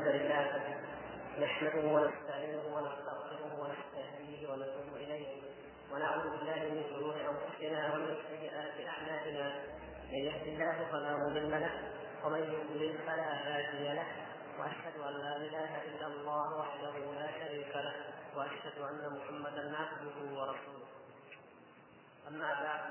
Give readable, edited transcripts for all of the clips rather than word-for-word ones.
لله نحمده ونستعينه ونستغفره ونستهديه ونتوب إليه ونعوذ بالله من شرور أنفسنا ومن سيئات أعمالنا. من يهد الله فلا مضل له ومن يضلل فلا هادي له، وأشهد أن لا إله إلا الله وحده لا شريك له، وأشهد أن محمدا عبده ورسوله. أما بعد،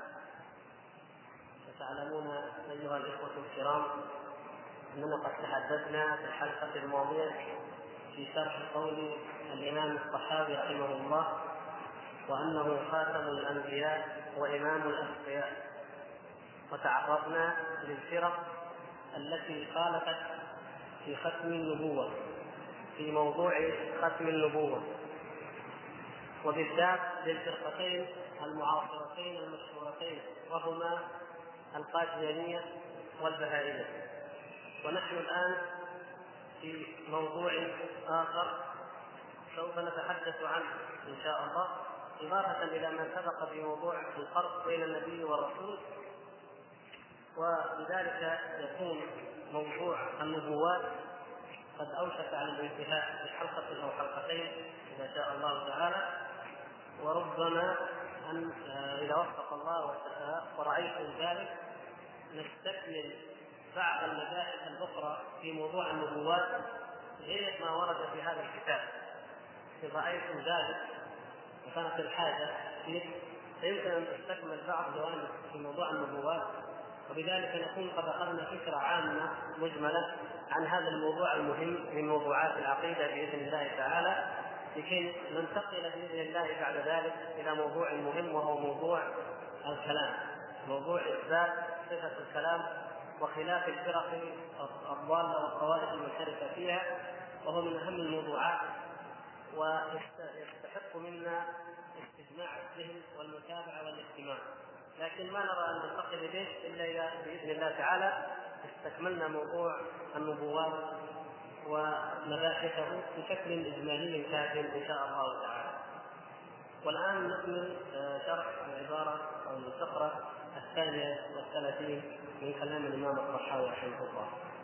فتعلمون أيها الإخوة الكرام أننا قد تحدثنا في الحلقة الماضية في شرح قول الإمام الطحاوي رحمه الله وأنه خاتم الأنبياء وإمام الأتقياء، وتعرضنا للفرق التي خالفت في ختم النبوة، في موضوع ختم النبوة، وبالذات للفرقتين المعاصرتين المشهورتين وهما القاديانية والبهائية. ونحن الآن في موضوع آخر سوف نتحدث عنه إن شاء الله، إضافة إلى ما سبق في موضوع الفرق بين النبي والرسول، وبذلك يكون موضوع النبوات قد أوشك على الانتهاء في حلقة أو حلقتين إذا شاء الله تعالى. وربما أن إذا وفق الله ورأيتم ذلك نستكمل بعض المباحث الأخرى في موضوع النبوات غير ما ورد في هذا الكتاب. إذا رأيتم ذلك وكانت الحاجة فيه فيمكن أن نستكمل بعض جوانب في موضوع النبوات، وبذلك نكون قد أخذنا فكرة عامة مجملة عن هذا الموضوع المهم من موضوعات العقيدة بإذن الله تعالى، لكي ننتقل بإذن الله بعد ذلك إلى موضوع مهم وهو موضوع الكلام، موضوع إثبات صفة الكلام وخلاف الفرق الضالة والطوائف المنحرفة فيها، وهو من أهم الموضوعات ويستحق منا استجماع الذهن والمتابعة والاهتمام. لكن ما نرى أن ننتقل إليه إلا إذا بإذن الله تعالى استكملنا موضوع النبوات ومباحثه بشكل إجمالي كافٍ إن شاء الله تعالى. والآن نكمل شرح العبارة أو الفقرة 32 من كلام الإمام الطحاوي رحمه الله.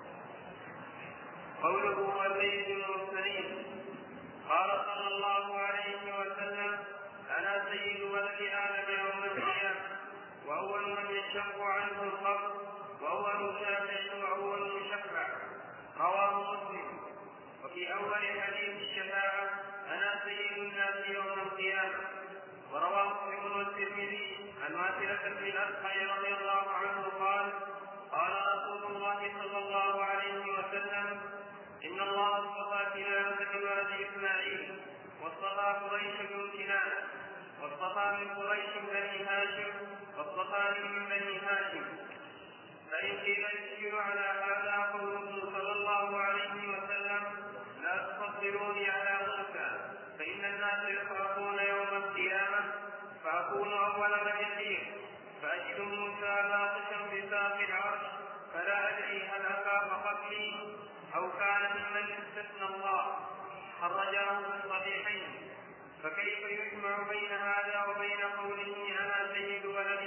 قوله وسيد المرسلين. قال صلى الله عليه وسلم: أنا سيد ولد آدم يوم القيامة، وأول من يشق عنه القبر، وأول شافع وأول مشفع. رواه مسلم. وفي أول حديث الشفاعة: أنا سيد الناس يوم القيامة. ورواه مسلم والترمذي عن واثلة بن الأسقع رضي الله عنه قال: قال رسول الله صلى الله عليه وسلم: إن الله اصطفى كنانة من ولد إسماعيل، واصطفى قريش بن كنانة، واصطفى من قريش بني هاشم، واصطفاني من بني هاشم. فإن قيل يشير على هذا قوله صلى الله عليه وسلم: لا تفضلوني على موسى، فإن الناس يخافون يوم القيامة، فأكون أول من يسير، فأجد موسى باطشا بساق العرش، فلا أدري هل أخاف قبلي أو كان ممن استثنى الله. خرجاه في الصحيحين. فكيف يجمع بين هذا وبين قوله: أنا سيد ولد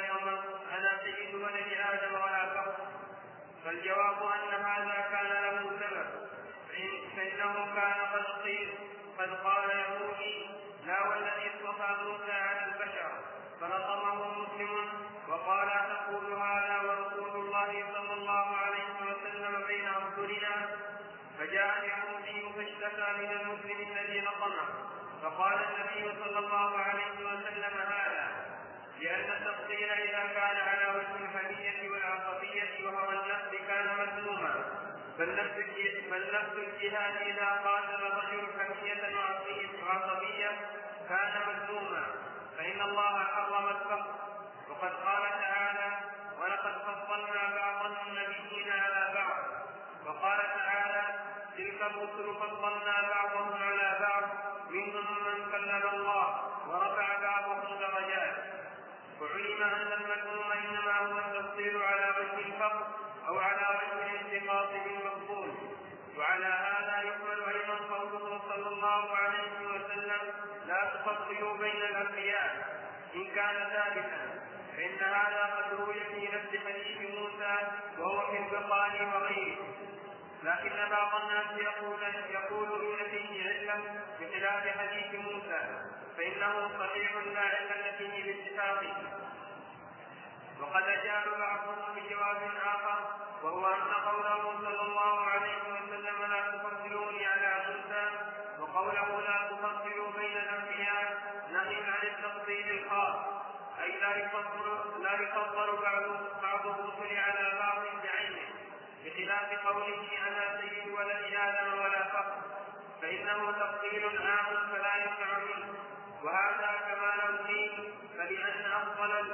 آدم ولا فخر؟ فالجواب أن هذا كان له سبب، فإنه كان قد قال يهودي: لا والذي اصطفى موسى على البشر، فلطمه مسلم وقال: تقول هذا ورسول الله صلى الله عليه وسلم بين أرجلنا؟ فجاء اليهودي فاشتكى من المسلم الذي لطمه، فقال النبي صلى الله عليه وسلم: هذا لأن التفصيل إذا كان على وجه الحمية والعصبية وهو النفس كان مذموما، فالنفس الجهاد إذا قاتل الرجل حمية وعصبية كان مذموما، فإن الله حرم الفقر. وقد قال تعالى: ولقد فضلنا بعض النبيين على بعض. وقال تعالى: تلك الرسل فضلنا بعضهم على بعض، منهم من كلم الله ورفع بعضهم درجات. وعلم أن المذموم إنما هو التفصيل على وجه الفقر أو على وجه الانتقاص بالمقبول. وعلى هذا يحمل أيضا قوله صلى الله عليه وسلم: لا تفضلوا بين الأنبياء، إن كان ثابتا، فإن هذا قد روي في نفس حديث موسى وهو في البخاري وغيره. لكن بعض الناس يقولون فيه علة بخلاف حديث موسى، فإنه صحيح لا علة فيه باتفاق. وقد أجاب بعضهم بجواب آخر، وهو أن قوله صلى الله عليه وسلم لا تفضلوني على موسى، وقوله لا تفضلوا بين الأنبياء نهي عن التفضيل الخاص، أي لا يفضل بعض الرسل على بعض بعينه، بخلاف قوله أنا سيد ولد آدم ولا فخر، فإنه تفضيل عام فلا ينفع منه. وهذا كمال قيل فلأن أفضل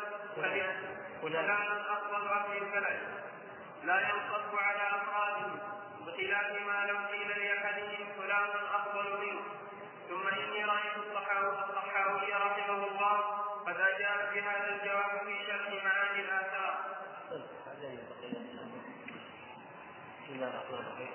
أهل البلد لا ينصب على أفرادهم، بخلاف ما لو قيل لأحدهم فلان أفضل منه. ثم إني رأيت الطحاوي رحمه الله قد أجاب بهذا الجواب في شرح معاني الآثار. بسم الله الرحمن الرحيم.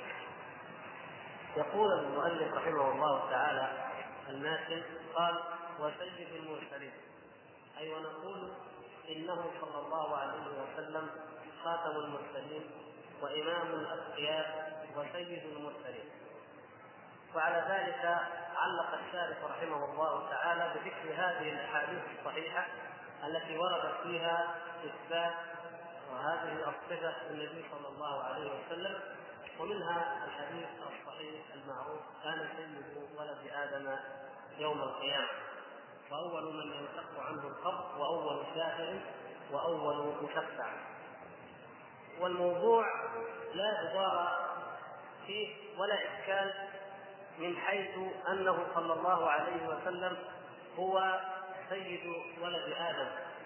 يقول المؤلف رحمه الله تعالى الناس قال وسيد المرسلين، أي ونقول إنه صلى الله عليه وسلم خاتم المرسلين وإمام الأتقياء وسيد المرسلين. وعلى ذلك علق الشارح رحمه الله تعالى بذكر هذه الأحاديث الصحيحة التي وردت فيها إثبات وهذه الصفة للنبي صلى الله عليه وسلم، ومنها الحديث الصحيح المعروف كان سيد ولد آدم يوم القيامة، وأول من ينشق عنه القبر وأول شافع وأول مشفع. والموضوع لا غبار فيه ولا إشكال من حيث أنه صلى الله عليه وسلم هو سيد ولد آدم،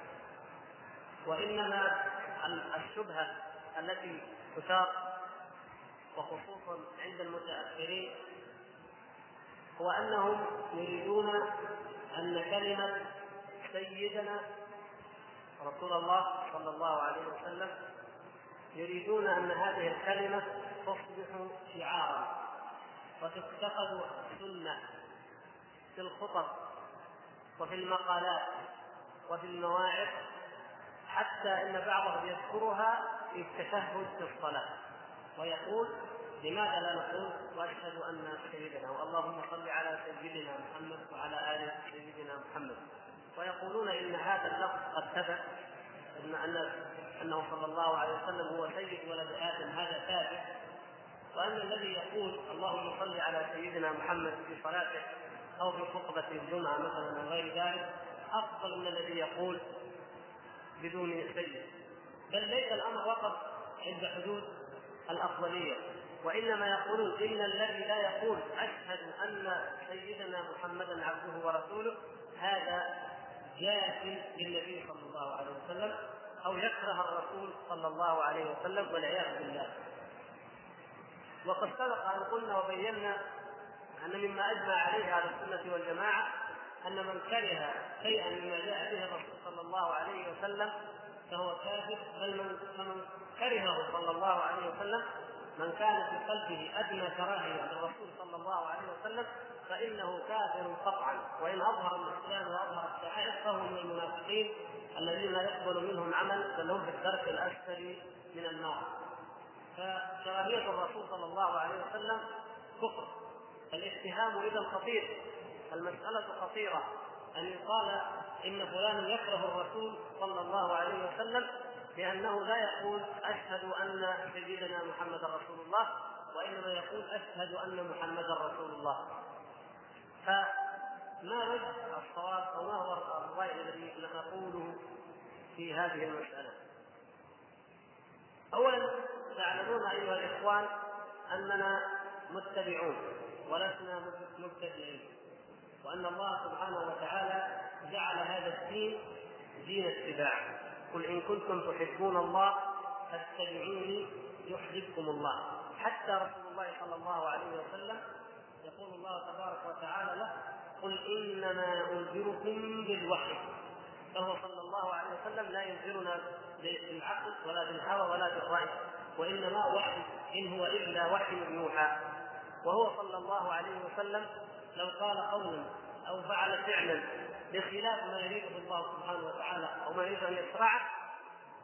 وإنما الشبهة التي تثار وخصوصا عند المتأخرين هو أنهم يريدون أن كلمة سيدنا رسول الله صلى الله عليه وسلم يريدون أن هذه الكلمة تصبح شعارا وتتخذ سنة في الخطب وفي المقالات وفي المواعظ، حتى إن بعضهم يذكرها في التشهد في الصلاة ويقول لماذا لا نقول واشهد ان سيدنا واللهم صل على سيدنا محمد وعلى ال سيدنا محمد، ويقولون ان هذا اللفظ قد ثبت انه صلى الله عليه وسلم هو سيد ولد ادم هذا ثابت، وان الذي يقول اللهم صل على سيدنا محمد في صلاته او في خطبه الجمعه مثلا او غير ذلك افضل من الذي يقول بدون سيد. بل ليس الامر وقف عند حدود الأفضلية، وإنما يقولون إن الذي لا يقول أشهد أن سيدنا محمدا عبده ورسوله هذا جاهل بالنبي صلى الله عليه وسلم أو يكره الرسول صلى الله عليه وسلم والعياذ بالله. وقد سبق أن قلنا وبينا أن مما أجمع عليه أهل السنة والجماعة أن من كره شيئا مما جاء به الرسول صلى الله عليه وسلم فهو كافر، بل من كرهه صلى الله عليه وسلم من كان في قلبه أدنى كراهية للرسول صلى الله عليه وسلم فإنه كافر قطعا، وإن أظهر الإسلام وأظهر الشعائر فهو من المنافقين الذين لا يقبل منهم عمل بل هم في الدرك الأسفل من النار. فكراهية الرسول صلى الله عليه وسلم كفر. الاتهام إذا خطير، المسألة خطيرة أن يقال إن فلان يكره الرسول صلى الله عليه وسلم لأنه لا يقول أشهد أن سيدنا محمد رسول الله، وإنما يقول أشهد أن محمد رسول الله. فما وجه الصواب أو ما هو الرأي الذي نقوله في هذه المسألة؟ أولا تعلمون أيها الإخوان أننا متبعون ولسنا مبتدعين، وأن الله سبحانه وتعالى جعل هذا الدين دين اتباع. قل إن كنتم تحبون الله فاتبعوني يحببكم الله. حتى رسول الله صلى الله عليه وسلم يقول الله تبارك وتعالى له قل إنما أنذركم بالوحي، فهو صلى الله عليه وسلم لا ينذرنا بالعقل ولا بالهوى ولا بالرأي، وإنما وحي إن هو إلا وحي يوحى. وهو صلى الله عليه وسلم لو قال قولا أو فعل فعلا بخلاف ما يريده الله سبحانه وتعالى أو ما يريد أن يشرعه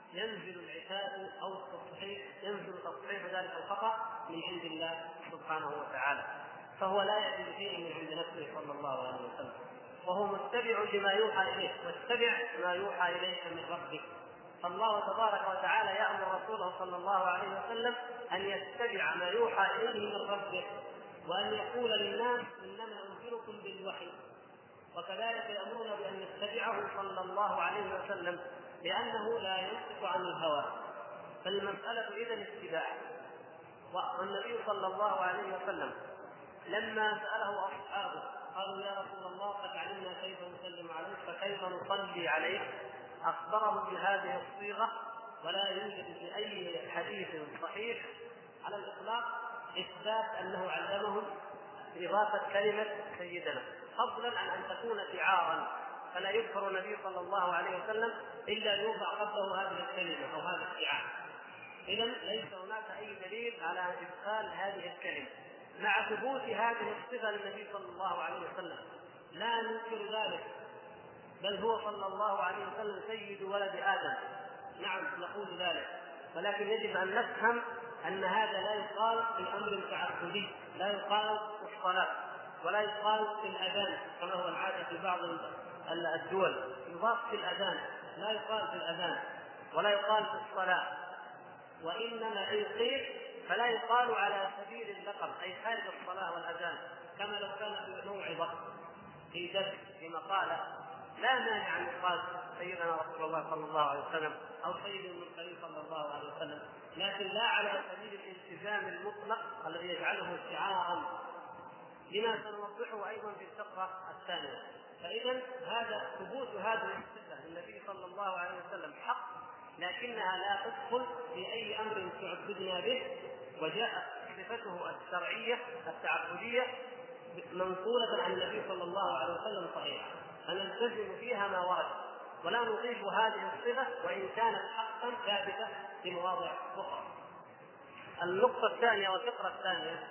ينزل العتاب أو التصحيح، ينزل تصحيح ذلك الخطأ من عند الله سبحانه وتعالى، فهو لا يأتي بشيء من عند نفسه صلى الله عليه وسلم، وهو متبع لما يوحى إليه، واتبع ما يوحى إليك من ربك. فالله تبارك وتعالى يأمر رسوله صلى الله عليه وسلم أن يتبع ما يوحى إليه من ربه، وأن يقول للناس إنما أنذركم بالوحي. وكذلك يأمرنا بأن نتبعه صلى الله عليه وسلم، لأنه لا ينطق عن الهوى، فالمسألة إذن اتباع. والنبي صلى الله عليه وسلم لما سأله أصحابه قالوا يا رسول الله قد علمنا كيف نسلم عليك فكيف نصلي عليك، أخبرهم بهذه الصيغة، ولا يوجد في أي حديث صحيح على الإطلاق إثبات أنه علمهم إضافة كلمة سيدنا، فضلا عن أن تكون شعارا، فلا يذكر النبي صلى الله عليه وسلم إلا يوضع قبله هذه الكلمة أو هذا الشعار. إذن ليس هناك أي دليل على إدخال هذه الكلمة مع ثبوت هذه الصفة للنبي صلى الله عليه وسلم، لا ننكر ذلك، بل هو صلى الله عليه وسلم سيد ولد آدم، نعم نقول ذلك، ولكن يجب أن نفهم أن هذا لا يقال في الأمر تعبدي، لا يقال في الصلاة، ولا يقال في الأذان كما هو العادة في بعض الدول، يضاف في الأذان، لا يقال في الأذان ولا يقال في الصلاة، وإنما إن قيل فلا يقال على سبيل اللقب أي خارج الصلاة والأذان، كما لو كان في موعظة في درس في مقالة لا مانع أن يقال سيدنا رسول الله صلى الله عليه وسلم أو سيد المرسلين صلى الله عليه وسلم، لكن لا على سبيل الالتزام المطلق الذي يجعله شعارا، لما سنوضحه أيضا في الفقرة الثانية. فإذا هذا ثبوت هذه الصفة للنبي صلى الله عليه وسلم حق، لكنها لا تدخل في أي أمر تعبدنا به، وجاءت صفته الشرعية التعبدية منقولة عن النبي صلى الله عليه وسلم صحيحة، فنلتزم فيها ما ورد ولا نضيف هذه الصفة وإن كانت حقا ثابتة في مواضع أخرى. النقطة الثانية والفقرة الثانية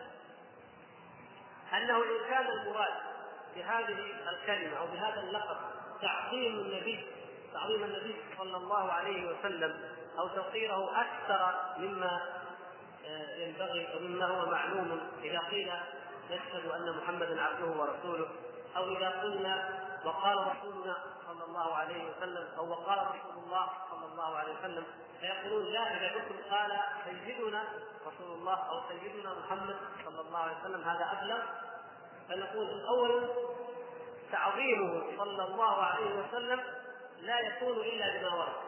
أنه إن كان المراد بهذه الكلمة أو بهذا اللقب تعظيم النبي صلى الله عليه وسلم أو توقيره أكثر مما ينبغي ومما هو معلوم، إذا قيل نشهد أن محمدا عبده ورسوله، أو إذا قلنا وقال رسولنا صلى الله عليه وسلم أو وقال رسول الله صلى الله عليه وسلم، فيقولون لا، إذا كنتم قال سيدنا رسول الله أو سيدنا محمد صلى الله عليه وسلم هذا أبلغ. فنقول أولا تعظيمه صلى الله عليه وسلم لا يكون إلا بما ورد،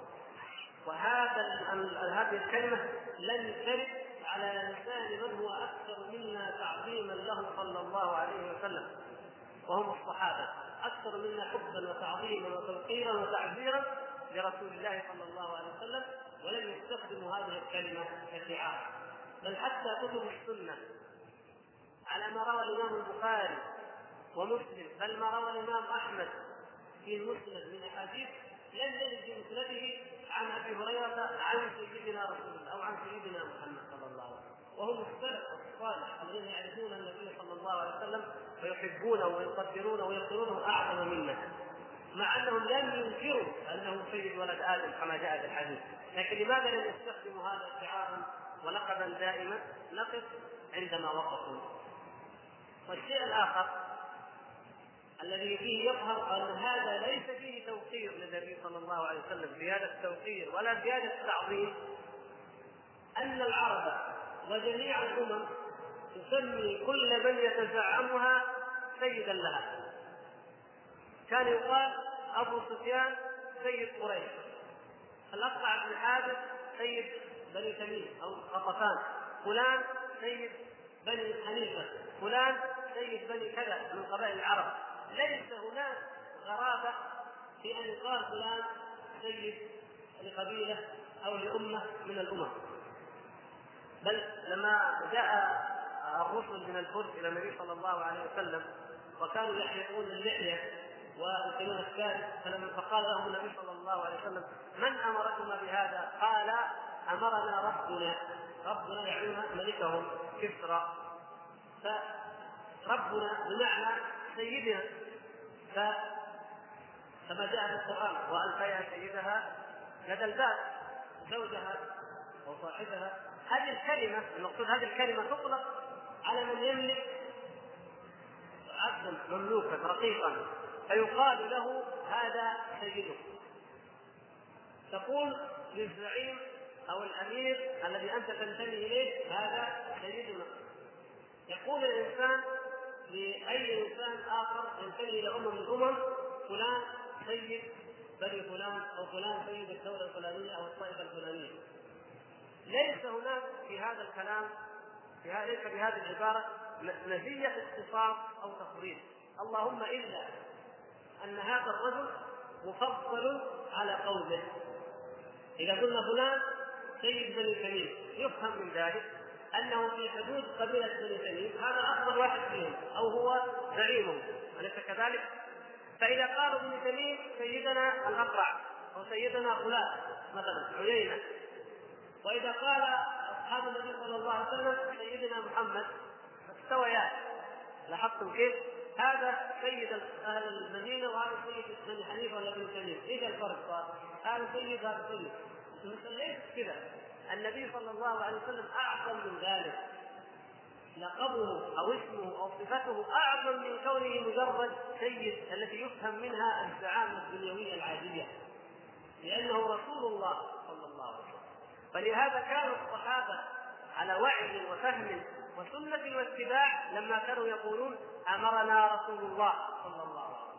هذه الكلمة لن ترد على لسان من هو أكثر منا تعظيما له صلى الله عليه وسلم، وهم الصحابة، أكثر منا حبا وتعظيما وتوقيرا وتعبيرا لرسول الله صلى الله عليه وسلم، ولم يستخدموا هذه الكلمة كشعار. بل حتى كتب السنة على ما روى الإمام البخاري ومسلم، بل ما روى الإمام أحمد في المسند من أحاديث لم يجد في مسنده عن أبي هريرة عن سيدنا رسول الله أو عن سيدنا محمد صلى الله عليه وسلم، وهم السلف الصالح الذين يعرفون النبي صلى الله عليه وسلم ويحبونه ويقدرونه ويقولونه أعظم منا، مع أنهم لم ينكروا أنه سيد ولد آدم كما جاء في الحديث، لكن لماذا لم يستخدموا هذا شعارا ولقبا دائما؟ نقف عندما وقفوا. والشيء الآخر الذي فيه يظهر أن هذا ليس فيه توقير للنبي صلى الله عليه وسلم زيادة توقير ولا زيادة تعظيم، أن العرب وجميع الأمم تسمي كل من يتزعمها سيدا لها. كان يقال أبو سفيان سيد قريش، الأقرع بن حابس سيد بني تميم أو غطفان، فلان سيد بني حنيفة، فلان سيد بني كذا من قبائل العرب. ليس هناك غرابة في أن يقال فلان سيد لقبيلة أو لأمة من الأمم. بل لما جاء الرسل من الفرس إلى النبي صلى الله عليه وسلم وكانوا يحلقون اللحية ويقيمون الثالث، فقال لهم النبي صلى الله عليه وسلم من أمركم بهذا؟ قال أمرنا ربنا يعنون ملكهم كسرى، فربنا بمعنى سيدنا، كما جاء في القرآن وألقيها سيدها لدى الباب، زوجها أو صاحبها، هذه الكلمة المقصود هذه الكلمة تطلق على من يملك عبدا مملوكا رقيقا، فيقال له هذا سيده. تقول للزعيم أو الأمير الذي أنت تنتمي إليه هذا سيدنا. يقول الإنسان لأي إنسان آخر ينتمي إلى أمم من الأمم فلان سيد بني فلان أو فلان سيد الدولة الفلانية أو الطائفة الفلانية. ليس هناك في هذا الكلام ليس في هذه العبارة مزية اختصاص أو تفضيل، اللهم إلا أن هذا الرجل مفضل على قوله. إذا قلنا فلان سيد بني تميم يفهم من ذلك أنه في حدود قبيلة بني تميم هذا أفضل واحد فيهم أو هو زعيمهم، أليس كذلك؟ فإذا قالوا بني تميم سيدنا الأقرع أو سيدنا فلان مثلا عيينة، وإذا قال أصحاب النبي صلى الله عليه وسلم سيدنا محمد استويا. لاحظتم كيف؟ هذا سيد أهل المدينة وهذا سيد بني حنيفة ولا بني تميم، إذا الفرق صار هذا سيد هذا سيد. مثل ليس كذا، النبي صلى الله عليه وسلم أعظم من ذلك، لقبه أو اسمه أو صفته أعظم من كونه مجرد سيد التي يفهم منها الزعامة الدنيوية العادية، لأنه رسول الله صلى الله عليه وسلم. فلهذا كان الصحابة على وعي وفهم وسنة واتباع لما كانوا يقولون أمرنا رسول الله صلى الله عليه وسلم،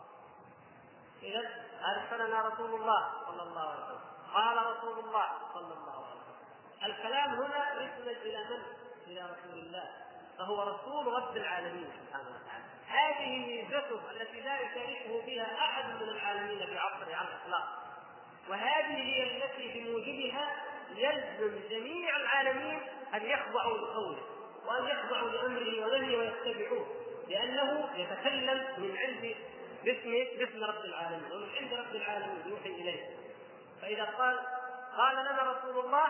إذا أرسلنا رسول الله صلى الله عليه وسلم، قال رسول الله صلى الله عليه وسلم. الكلام هنا يسند إلى من؟ إلى رسول الله، فهو رسول رب العالمين سبحانه وتعالى. هذه ميزته التي لا يشاركه فيها أحد من العالمين في عصره على الإطلاق، وهذه هي التي بموجبها يلزم جميع العالمين أن يخضعوا لقوله وأن يخضعوا لأمره ونهيه ويتبعوه، لأنه يتكلم من عند باسم رب العالمين ومن عند رب العالمين يوحي إليه. فإذا قال لنا رسول الله،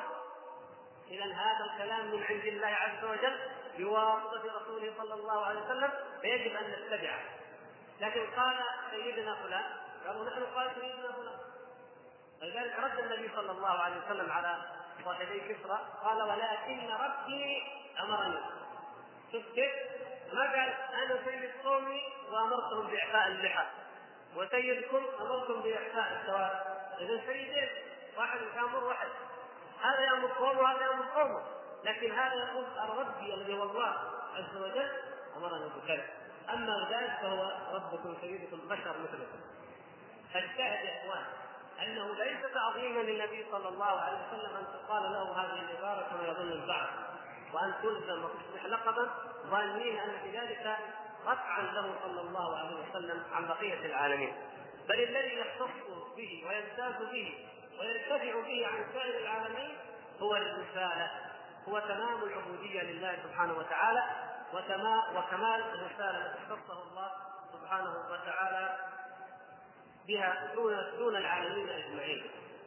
إذن هذا الكلام من عند الله عز وجل بواسطة رسوله صلى الله عليه وسلم، فيجب أن نتبعه. لكن قال سيدنا فلان، قالوا نحن قال سيدنا فلان. فلذلك رد النبي صلى الله عليه وسلم على صاحبي كسرى قال ولكن ربي أمرني. شوف كيف؟ ما قال أنا سيد قومي وأمرتهم بإعفاء اللحى وسيدكم أمرتم بإعفاء السواد. إذن سيدين، واحد يأمر واحد، هذا يأمر قومه وهذا يأمر قومه، لكن هذا يقول ربي الذي هو الله عز وجل أمرنا بكذا، أما ذلك فهو ربكم سيدكم بشر مثلكم. فالشاهد يا إخوان أنه ليس تعظيما للنبي صلى الله عليه وسلم أن تقال له هذه العبارة كما يظن البعض، وأن تلزم وتصبح لقبا ظانين أن في ذلك رفعا له صلى الله عليه وسلم عن بقية العالمين، بل الذي يختص به ويمتاز به ويرتفع به عن سائر العالمين هو الرسالة، هو تمام العبودية لله سبحانه وتعالى وكمال الرسالة التي اختصه الله سبحانه وتعالى بها دون العالمين أجمعين.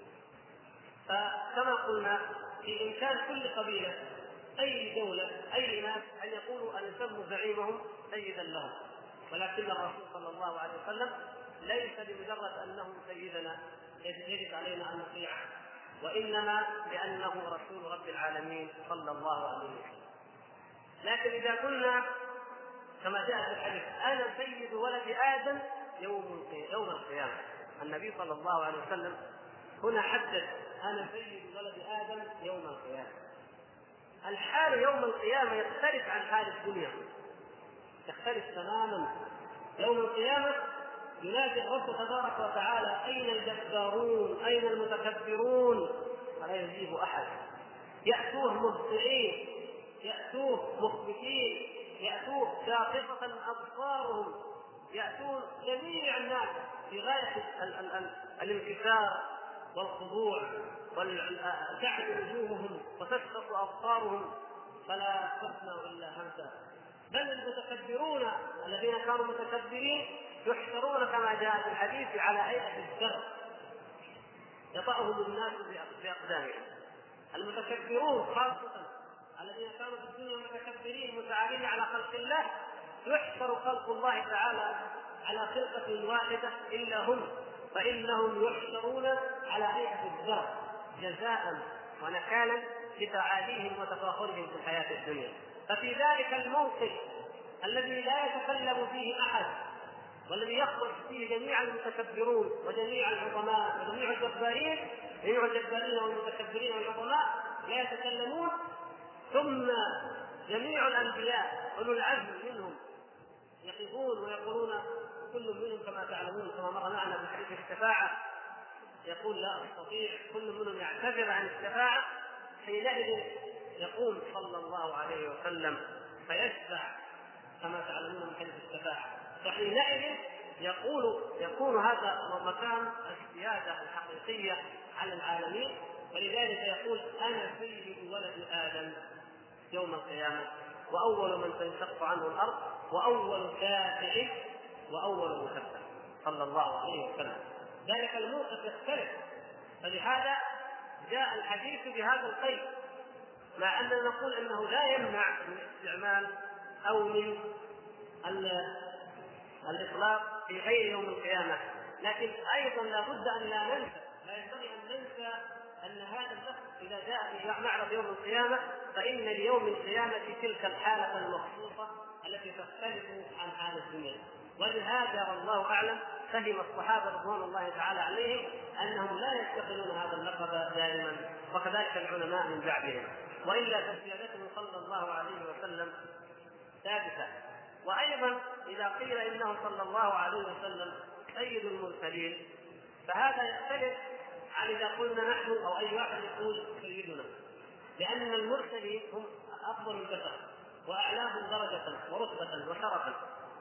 فكما قلنا في إمكان كل قبيلة أي دولة أي ناس أن يقولوا أن يسموا زعيمهم سيدا لهم، ولكن الرسول صلى الله عليه وسلم ليس بمجرد أنه سيدنا يجب علينا أن نطيعه، وإنما لأنه رسول رب العالمين صلى الله عليه وسلم. لكن إذا قلنا كما جاء في الحديث أنا سيد ولد آدم يوم القيامة، النبي صلى الله عليه وسلم هنا حدد أنا سيد ولد آدم يوم القيامة. الحال يوم القيامة يختلف عن حال الدنيا، يختلف تماما. يوم القيامة ينادي الرب تبارك وتعالى أين الجبارون أين المتكبرون، فلا يجيب أحد. يأتوه مهطعين، يأتوه مخبتين، يأتوه شاخصة أبصارهم، يأتون جميع الناس في غاية الانكسار والخضوع وتعد وجوههم وتشخص أبصارهم فلا تسمع إلا همسا. بل المتكبرون الذين كانوا متكبرين يحشرون كما جاء في الحديث على هيئة الزر يطأهم الناس بأقدامهم. المتكبرون خاصة الذين كانوا في الدنيا متكبرين متعالين على خلق الله يحشر خلق الله تعالى على خلقة واحدة إلا هم، فإنهم يحشرون على هيئة الزر جزاء ونكالا لتعاليهم وتفاخرهم في الحياة الدنيا. ففي ذلك الموقف الذي لا يتكلم فيه أحد، والذي يخرج فيه جميع المتكبرون وجميع العظماء وجميع الجبارين، جميع الجبارين والمتكبرين والعظماء لا يتكلمون، ثم جميع الأنبياء أولو العزم منهم يقفون ويقولون كل منهم كما تعلمون كما مر معنا بحديث الشفاعة يقول لا أستطيع، كل منهم يعتذر عن الشفاعة. حينئذ يقوم صلى الله عليه وسلم فيشفع كما تعلمون من حديث الشفاعة، فحينئذ يكون هذا مكان السيادة الحقيقية على العالمين. ولذلك يقول أنا سيد ولد آدم يوم القيامة، وأول من تنشق عنه الأرض، وأول شافع، وأول مشفع صلى الله عليه وسلم. ذلك الموقف يختلف، فلهذا جاء الحديث بهذا القيد، مع أننا نقول أنه لا يمنع من استعمال أو من الإطلاق في غير يوم القيامة، لكن أيضا لا بد أن لا ينبغي أن ننسى أن هذا اللفظ إذا جاء في معرض يوم القيامة فإن ليوم القيامة تلك الحالة المخصوصة التي تختلف عن حال الدنيا. ولهذا والله أعلم فهم الصحابة رضوان الله تعالى عليهم أنهم لا يتخذون هذا اللقب دائما، وكذلك العلماء من بعدهم، وإلا فسيادته صلى الله عليه وسلم ثابتة. وأيضا إذا قيل إنه صلى الله عليه وسلم سيد المرسلين فهذا يختلف عن إذا قلنا نحن أو أي واحد يقول سيدنا، لأن المرسلين هم أفضل البشر وأعلاهم درجة ورتبة وشرفا،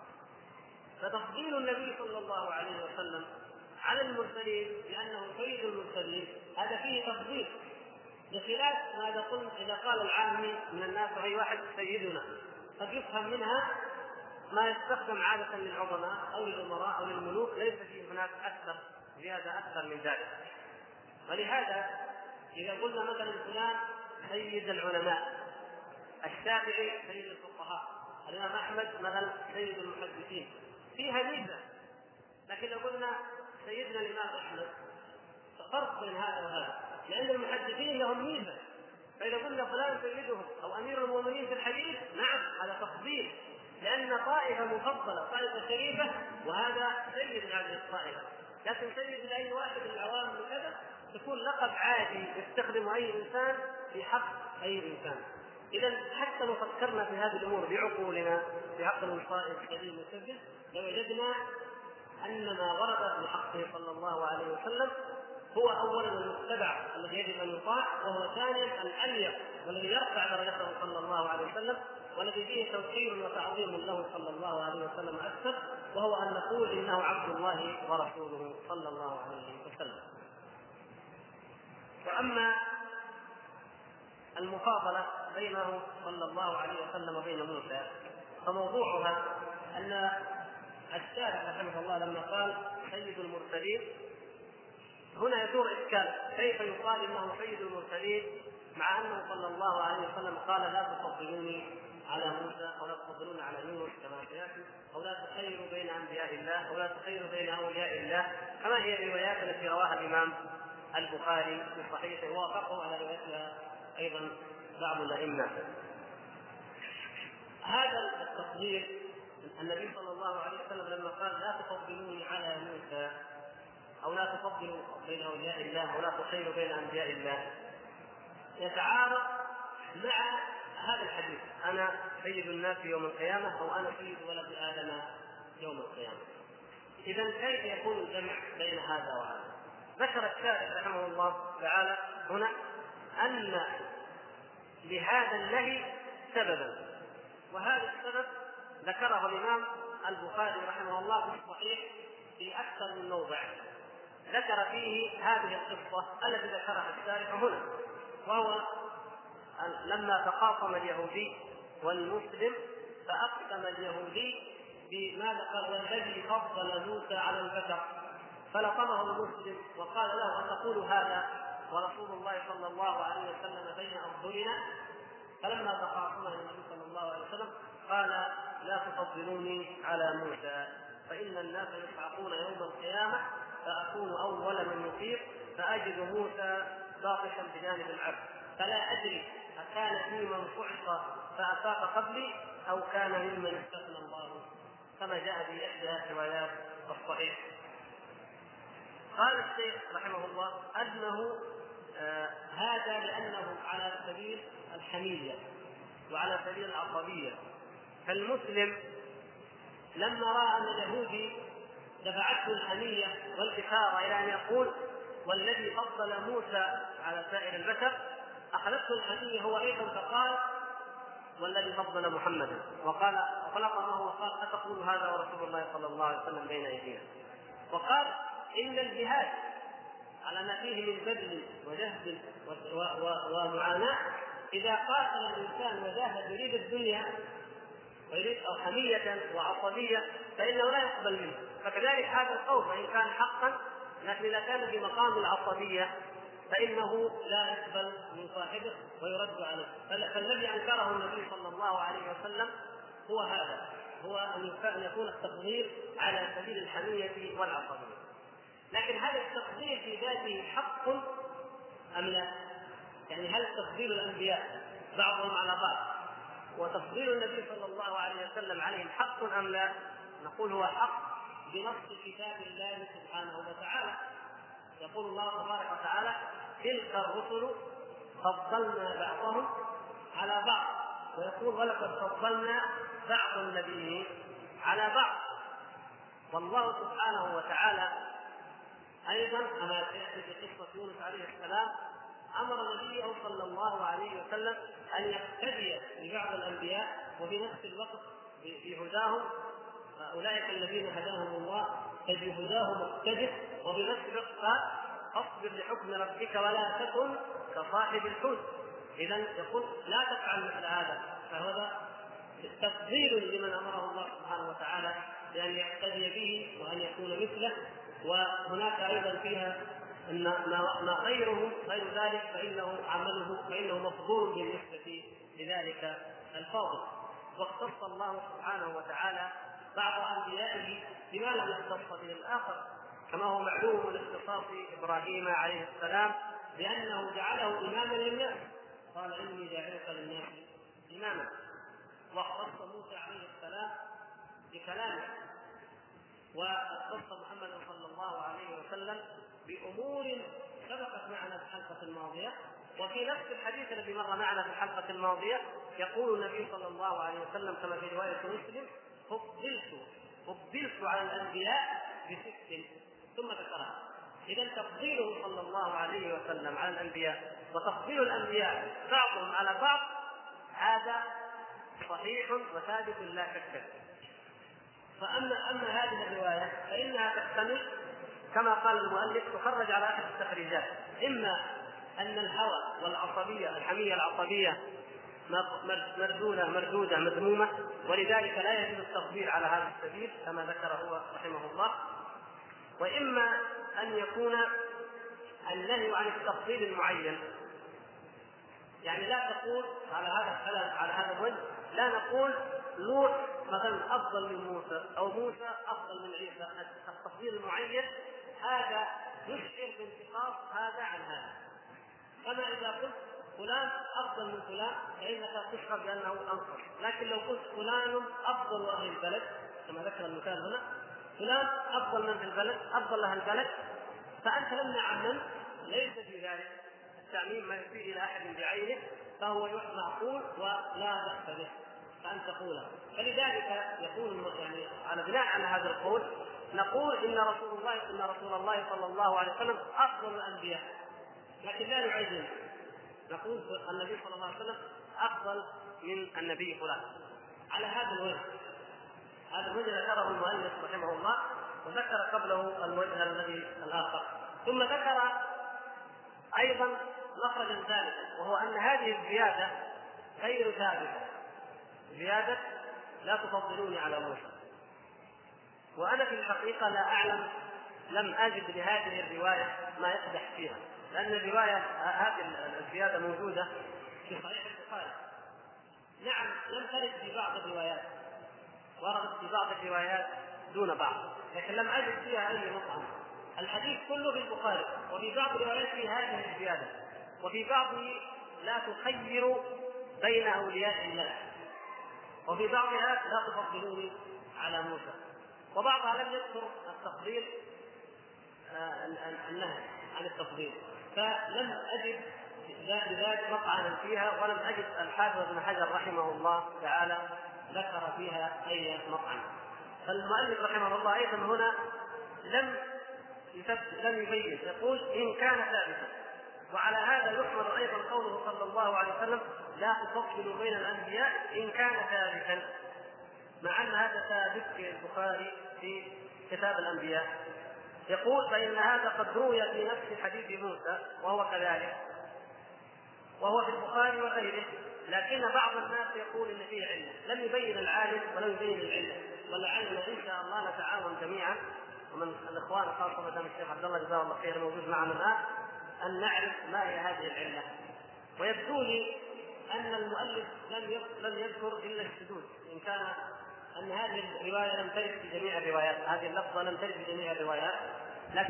فتفضيل النبي صلى الله عليه وسلم على المرسلين لأنه سيد المرسلين هذا فيه تفضيل، بخلاف ما إذا قال العامي من الناس أي واحد سيدنا قد يفهم منها ما يستخدم عادة للعظماء أو للأمراء أو للملوك، ليس فيه هناك زيادة أكثر من ذلك. ولهذا إذا قلنا مثلا فلان سيد العلماء، الشافعي سيد الفقهاء، الإمام أحمد مثلا سيد المحدثين، فيها ميزة. لكن لو قلنا سيدنا الإمام أحمد فرق بين هذا وهذا، لأن المحدثين لهم ميزة، فإذا قلنا فلان سيدهم أو أمير المؤمنين في الحديث نعم هذا تفضيل، لأن طائفة مفضلة طائفة شريفة وهذا سيد هذه الطائفة. لكن سيد لأي واحد من العوام كذا تكون لقب عادي يستخدم أي إنسان في حق أي إنسان. إذا حتى لو فكرنا في هذه الأمور بعقولنا بعقل صائب سليم مسجل لوجدنا أن ما ورد بحقه صلى الله عليه وسلم هو أولا المتبع الذي يجب أن يطاع، وهو ثانيا الأليق والذي يرفع درجته صلى الله عليه وسلم، والذي فيه توقير وتعظيم له صلى الله عليه وسلم أكثر، وهو أن نقول إنه عبد الله ورسوله صلى الله عليه وسلم. وأما المفاضلة بينه صلى الله عليه وسلم وبين موسى فموضوعها أن الشارح رحمه الله لما قال سيد المرسلين هنا يدور إشكال، كيف يقال إنه سيد المرسلين مع أنه صلى الله عليه وسلم قال لا تفضلوني على موسى أو لا تفضلوني على يونس كما سيأتي، أو لا تخيروا بين أنبياء الله أو لا تخيروا بين أولياء الله، كما هي الروايات التي رواها الإمام البخاري في صحيحه ووافقه على روايتها أيضا بعض الأئمة. هذا التفضيل النبي صلى الله عليه وسلم لما قال لا تفضلوني على موسى أو لا تفضلوا بين أولياء الله أو لا تخيروا بين أنبياء الله يتعارض مع هذا الحديث أنا سيد الناس يوم القيامة أو أنا سيد ولد آدم يوم القيامة. إذن كيف يكون الجمع بين هذا وهذا؟ ذكر الشارح رحمه الله تعالى هنا أن لهذا النهي سببا، وهذا السبب ذكره الإمام البخاري رحمه الله في الصحيح في أكثر من موضع، ذكر فيه هذه القصة التي ذكرها الشارح هنا، وهو لما تخاصم اليهودي والمسلم فأقسم اليهودي بماذا قال والذي فضل موسى على البشر، فلطمه المسلم وقال له أتقول هذا ورسول الله صلى الله عليه وسلم بين أظهرنا؟ فلما تخاصمه النبي صلى الله عليه وسلم قال لا تفضلوني على موسى فإن الناس يصعقون يوم القيامة فأكون أول من يطيق فأجد موسى باطشا بجانب العبد، فلا أدري أكان في من صعق فأفاق قبلي أو كان ممن استثنى الله، كما جاء في إحدى روايات الصحيح. قال الشيخ رحمه الله أنه هذا لأنه على سبيل الحمية وعلى سبيل العصبية. فالمسلم لما رأى أن اليهودي دفعته الحمية والإثارة إلى أن يقول والذي فضل موسى على سائر البشر، أخذته الحمية هو أيضا فقال والذي فضل محمدا، وقال وخلقه وقال أتقول هذا ورسول الله صلى الله عليه وسلم بين أيدينا. وقال إن الجهاد على ما فيه من بذل وجهد ومعاناة إذا قاتل الإنسان وجاهد يريد الدنيا ويريد حمية وعصبية فإنه لا يقبل منه. فكذلك هذا القول وإن كان حقا، لكن إذا كان بمقام العصبية فإنه لا يقبل من صاحبه ويرد عليه. فالذي أنكره النبي صلى الله عليه وسلم هو هذا، هو أن يكون التفضيل على سبيل الحمية والعصبية. لكن هل التفضيل في ذاته حق أم لا؟ يعني هل تفضيل الأنبياء بعضهم على بعض وتفضيل النبي صلى الله عليه وسلم عليهم حق أم لا؟ نقول هو حق بنص كتاب الله سبحانه وتعالى. يقول الله تبارك وتعالى تلك الرسل فضلنا بعضهم على بعض، ويقول ولقد فضلنا بعض النبيين على بعض. والله سبحانه وتعالى أيضا كما سيأتي في قصة يونس عليه السلام أمر نبيه صلى الله عليه وسلم أن يقتدي ببعض الأنبياء وبنفس الوقت بهداهم، أولئك الذين هداهم الله فبهداهم اقتدر، وبنفس الوقت قال اصبر لحكم ربك ولا تكن كصاحب الحوت. إذن يقول لا تفعل مثل هذا، فهذا تفضيل لمن أمره الله سبحانه وتعالى بأن يقتدي به وأن يكون مثله. وهناك أيضا فيها أن ما غيره غير ذلك فإنه مفضول بالنسبة لذلك الفاضل. واختص الله سبحانه وتعالى بعض أنبيائه بما لم يختص به الآخر، كما هو معلوم من اختصاص إبراهيم عليه السلام بأنه جعله إماما للناس، قال إني جاعلك للناس إماما. واختص موسى عليه السلام بكلامه، واختص محمد صلى الله عليه وسلم بأمور سبقت معنا في الحلقة الماضية. وفي نفس الحديث الذي مر معنا في الحلقة الماضية يقول النبي صلى الله عليه وسلم كما في رواية مسلم فضلت على الأنبياء ب6 ثم ذكرها. إذا تفضيله صلى الله عليه وسلم على الأنبياء وتفضيل الأنبياء بعضهم على بعض هذا صحيح وثابت لا شك. فأما هذه الرواية فإنها تحتمل كما قال المؤلف تخرج على أحد التخريجات، إما أن الهوى والعصبية الحمية العصبية مردودة مذمومة، ولذلك لا يجوز التفضيل على هذا السبيل كما ذكر هو رحمه الله، وإما أن يكون النهي عن التفضيل المعين. يعني لا تقول على هذا الكلام على هذا الوجه، لا نقول نوح مثلا أفضل من موسى أو موسى أفضل من عيسى. التفضيل المعين هذا يشعر بانتقاص هذا عن هذا. كما إذا قلت فلان أفضل من فلان فإنك تشعر بأنه أنصر، لكن لو قلت فلان أفضل أهل البلد كما ذكر المثال هنا، فلان أفضل من في البلد أفضل أهل البلد، فأنت لم عمم، ليس في ذلك التعميم ما يفيد إلى أحد بعينه، فهو معقول ولا بأس به فأن تقوله. فلذلك يقول يعني على بناء على هذا القول نقول إن رسول الله صلى الله عليه وسلم أفضل الأنبياء، لكن لا نعين، نقول النبي صلى الله عليه وسلم أفضل من النبي فلان على هذا الوجه. هذا الوجه ذكره المؤلف رحمه الله، وذكر قبله الوجه الذي الآخر، ثم ذكر أيضا مخرجا ثالثا، وهو أن هذه الزيادة غير ثابتة، زيادة لا تفضلوني على موسى. وأنا في الحقيقة لا أعلم، لم أجد لهذه الرواية ما يقدح فيها، لأن الرواية هذه الزيادة موجودة في صحيح البخاري. نعم لم ترد في بعض الروايات، وردت في بعض الروايات دون بعض، لكن لم أجد فيها أي مطعم. الحديث كله في البخاري، وفي بعض الروايات في هذه الزيادة، وفي بعضه لا تخير بين أولياء الله، وفي بعضها لا تفضلوني على موسى، وبعضها لم يذكر التفضيل النهي عن التفضيل، فلم أجد لذلك مطعنا فيها، ولم أجد الحافظ ابن حجر رحمه الله تعالى ذكر فيها أي مطعن. فالمؤلف رحمه الله أيضا هنا لم يبين، يقول إن كان ثابتا. وعلى هذا يحمل أيضا قوله صلى الله عليه وسلم لا تفضلوا بين الأنبياء إن كان ثابتا، مع أن هذا ثابت في البخاري في كتاب الأنبياء. يقول فإن هذا قد روي في نفس حديث موسى وهو كذلك، وهو في البخاري وغيره، لكن بعض الناس يقول إن فيه علة، لم يبين العالم ولم يبين العلة، ولعلنا إن شاء الله نتعاون جميعا ومن الإخوان خاصة الشيخ عبد الله جزاه الله خير موجود معنا الآن أن نعرف ما هي هذه العلة. ويبدو لي أن المؤلف لم يذكر إلا الشذوذ، إن كان أن هذه الرواية لم ترد في جميع الروايات، هذه اللفظة لم ترد في جميع الروايات، لكن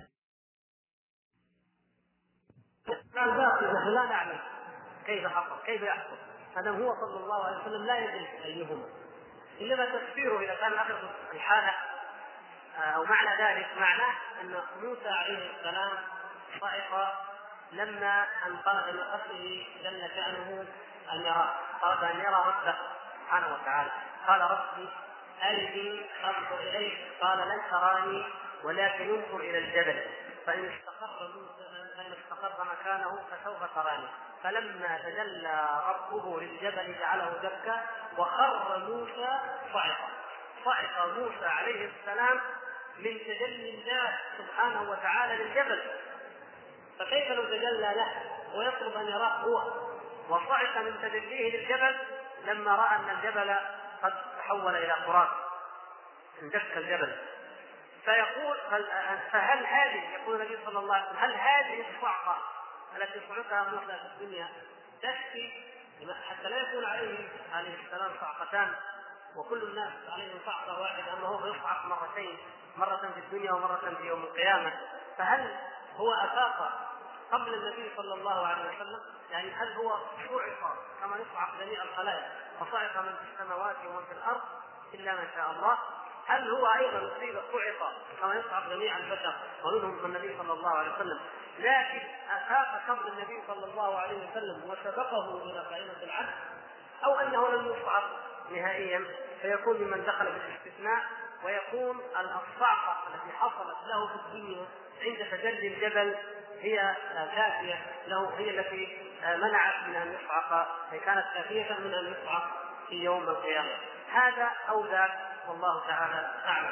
الباقي نحن لا نعلم كيف حصل، كيف يحصل، هذا هو صلى الله عليه وسلم لا يدري أيهما، إنما تفسيره إذا كان أخذ الحالة أو معنى ذلك معناه أن موسى عليه السلام صعق لما أن قال لأخيه جل شأنه أن يرى، قال أن يرى ربه سبحانه وتعالى، قال ربي أرني أنظر إليك، قال لن تراني ولكن انظر إلى الجبل فإن استقر مكانه فسوف تراني. فلما تجلى ربه للجبل جعله دكا وخر موسى صعقا. صعق موسى عليه السلام من تجلي الله سبحانه وتعالى للجبل، فكيف لو تجلى له ويطلب أن يراه هو؟ وصعق من تجليه للجبل لما رأى أن الجبل قد تحول إلى تراب، اندك الجبل. فيقول فهل هذه، يقول النبي صلى الله عليه وسلم، هل هذه الصعقة التي صعقها موسى في الدنيا تكفي حتى لا يكون عليه السلام صعقتان وكل الناس عليهم صعقة واحدة، أما هو يصعق مرتين، مرة في الدنيا ومرة في يوم القيامة؟ فهل هو أفاق قبل النبي صلى الله عليه وسلم؟ يعني هل هو صعق كما يصعق جميع الخلائق، فصعق من في السماوات ومن في الأرض إلا ما شاء الله؟ هل هو أيضا صعق كما يصعق جميع البشر ومنهم النبي صلى الله عليه وسلم، لكن أفاق قبل النبي صلى الله عليه وسلم وسبقه إلى قائمة العدل، أو أنه لم يصعق نهائيا فيكون ممن دخل في الاستثناء، ويكون الصعقة التي حصلت له في الدنيا عند تجلي الجبل هي كافية له، هي التي منعت من أن يصعق، هي كانت كافية من أن يصعق في يوم القيامة. هذا أو ذاك والله تعالى أعلم.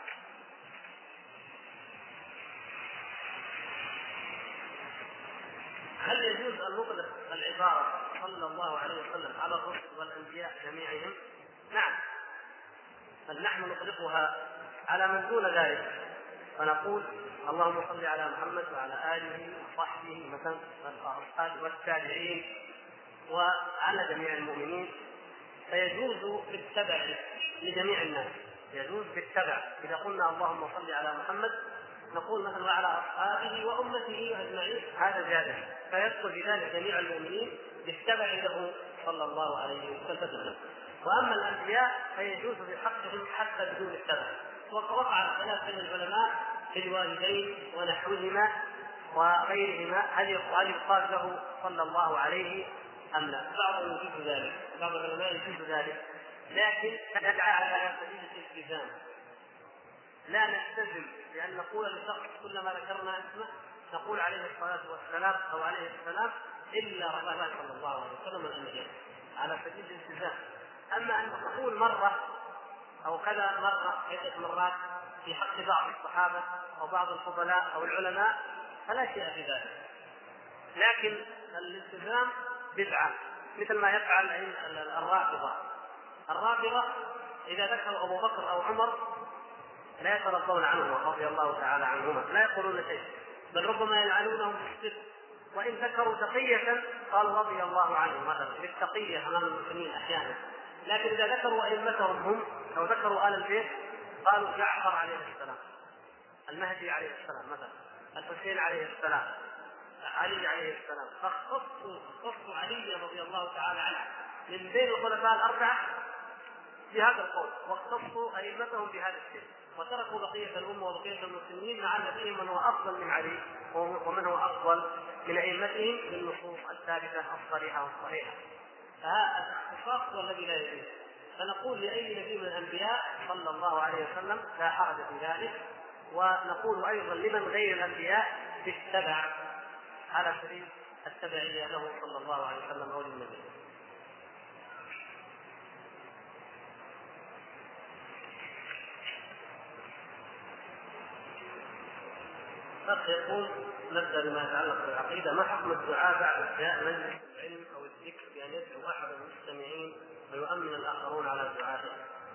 هل يجوز أن نطلق العبارة صلى الله عليه وسلم على الرسل والأنبياء جميعهم؟ نعم، بل نحن نطلقها على من دون ذلك، فنقول اللهم صل على محمد وعلى آله وصحبه مثلا والتابعين وعلى جميع المؤمنين. فيجوز بالتبع لجميع الناس، يجوز بالتبع. إذا قلنا اللهم صل على محمد نقول مثلا وعلى أصحابه وأمته أجمعين، هذا جائز، فيدخل في ذلك جميع المؤمنين بالتبع له صلى الله عليه وسلم. وأما الأنبياء فيجوز بحقهم حتى بدون التبع. وقع الخلاف بين العلماء في الوالدين ونحوهما وغيرهما، هل يقال له صلى الله عليه أم لا؟ بعضهم يجوز ذلك، بعض العلماء يجوز ذلك، لكن نجعل على سبيل الالتزام، لا نلتزم بأن نقول لشخص كلما ذكرنا اسمه نقول عليه الصلاة والسلام أو عليه السلام إلا رسول الله صلى الله عليه وسلم الأنبياء على سبيل الالتزام. أما أن نقول مرة أو كذا مرة عدة مرات في حق بعض الصحابة أو بعض الفضلاء أو العلماء فلا شيء في ذلك، لكن الالتزام بدعة، مثل ما يفعل الرافضة إذا ذكر أبو بكر أو عمر لا يترضون عنهما رضي الله تعالى عنهما، لا يقولون شيء، بل ربما يلعنونهم بالصدق، وإن ذكروا تقية قالوا رضي الله عنهم مثلا بالتقية أمام المسلمين أحيانا، لكن إذا ذكروا أئمتهم هم أو ذكروا آل البيت قالوا جعفر عليه السلام، المهدي عليه السلام مثلا، الحسين عليه السلام، علي عليه السلام، فاختصوا علي رضي الله تعالى عنه من بين الخلفاء الأربعة بهذا القول، واختصوا أئمتهم بهذا الشيء، وتركوا بقية الأمة وبقية المسلمين مع أن فيهم من هو أفضل من علي ومن هو أفضل من أئمتهم بالنصوص الثابتة الصريحة والصحيحة. فهذا الاختصاص هو الذي لا يجوز. فنقول لأي نبي من الأنبياء صلى الله عليه وسلم لا حرج في ذلك، ونقول أيضا لمن غير الأنبياء اتبع على سبيل التبعية له صلى الله عليه وسلم أو للنبي. أخ يقول نبدأ بما يتعلق بالعقيدة: ما حكم الدعاء بعد انتهاء مجلس العلم أو الذكر بأن يدعو أحد المستمعين ويؤمن الآخرون على دعائه؟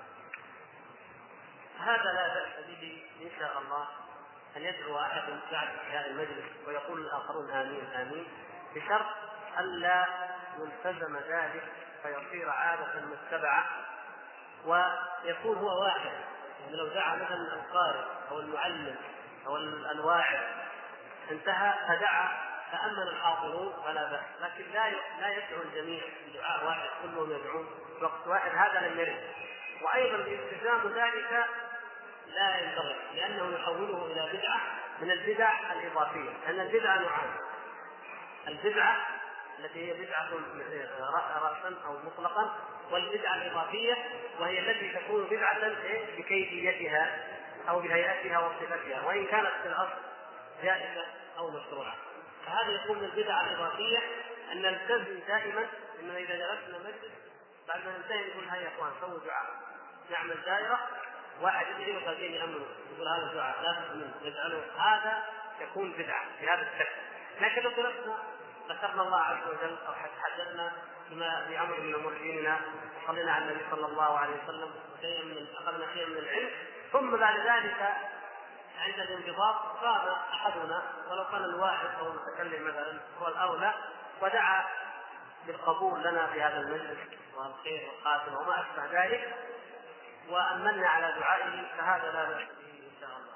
هذا لا بأس به إن شاء الله، أن يدعو أحد بعد انتهاء المجلس ويقول الآخرون آمين آمين، بشرط ألا يلتزم ذلك فيصير عادة متبعة ويكون هو واحد. يعني لو دعا مثلا القارئ أو المعلم أو الواعظ انتهى فدعا فأمن الحاضرون فلا بأس، لكن لا يدعو الجميع بدعاء واحد كلهم يدعون في وقت واحد، هذا لم يرد. وأيضا الالتزام ذلك لا ينبغي، لأنه يحوله إلى بدعة من البدع الإضافية، لأن البدعة نوعان: البدعة التي هي بدعة رأسا أو مطلقا، والبدعة الإضافية وهي التي تكون بدعة بكيفيتها أو بهيئتها وصفتها، وإن كانت في الأصل جائزة أو مشروعة. فهذا يكون من البدعة الإضافية أن نلتزم دائما إنه إذا جلسنا مجلس بعد ما ننتهي نقول: هيا يا إخوان سووا دعاء، نعمل دائرة، واحد يدعي وثلاثين يأمنوا يقول هذا الدعاء لا تؤمن يجعله، هذا يكون بدعة بهذا الشكل. لكن لو جلسنا ذكرنا الله عز وجل أو حدثنا بأمر من أمور ديننا وصلينا على النبي صلى الله عليه وسلم أخذنا شيئا من العلم، ثم بعد ذلك عند الانضباط قام أحدنا ولو كان الواحد أو المتكلم مثلا هو الأولى ودعا بالقبول لنا في هذا المجلس والخير والخاتمة وما أشبه ذلك وأمنا على دعائه، فهذا لا بأس به إن شاء الله.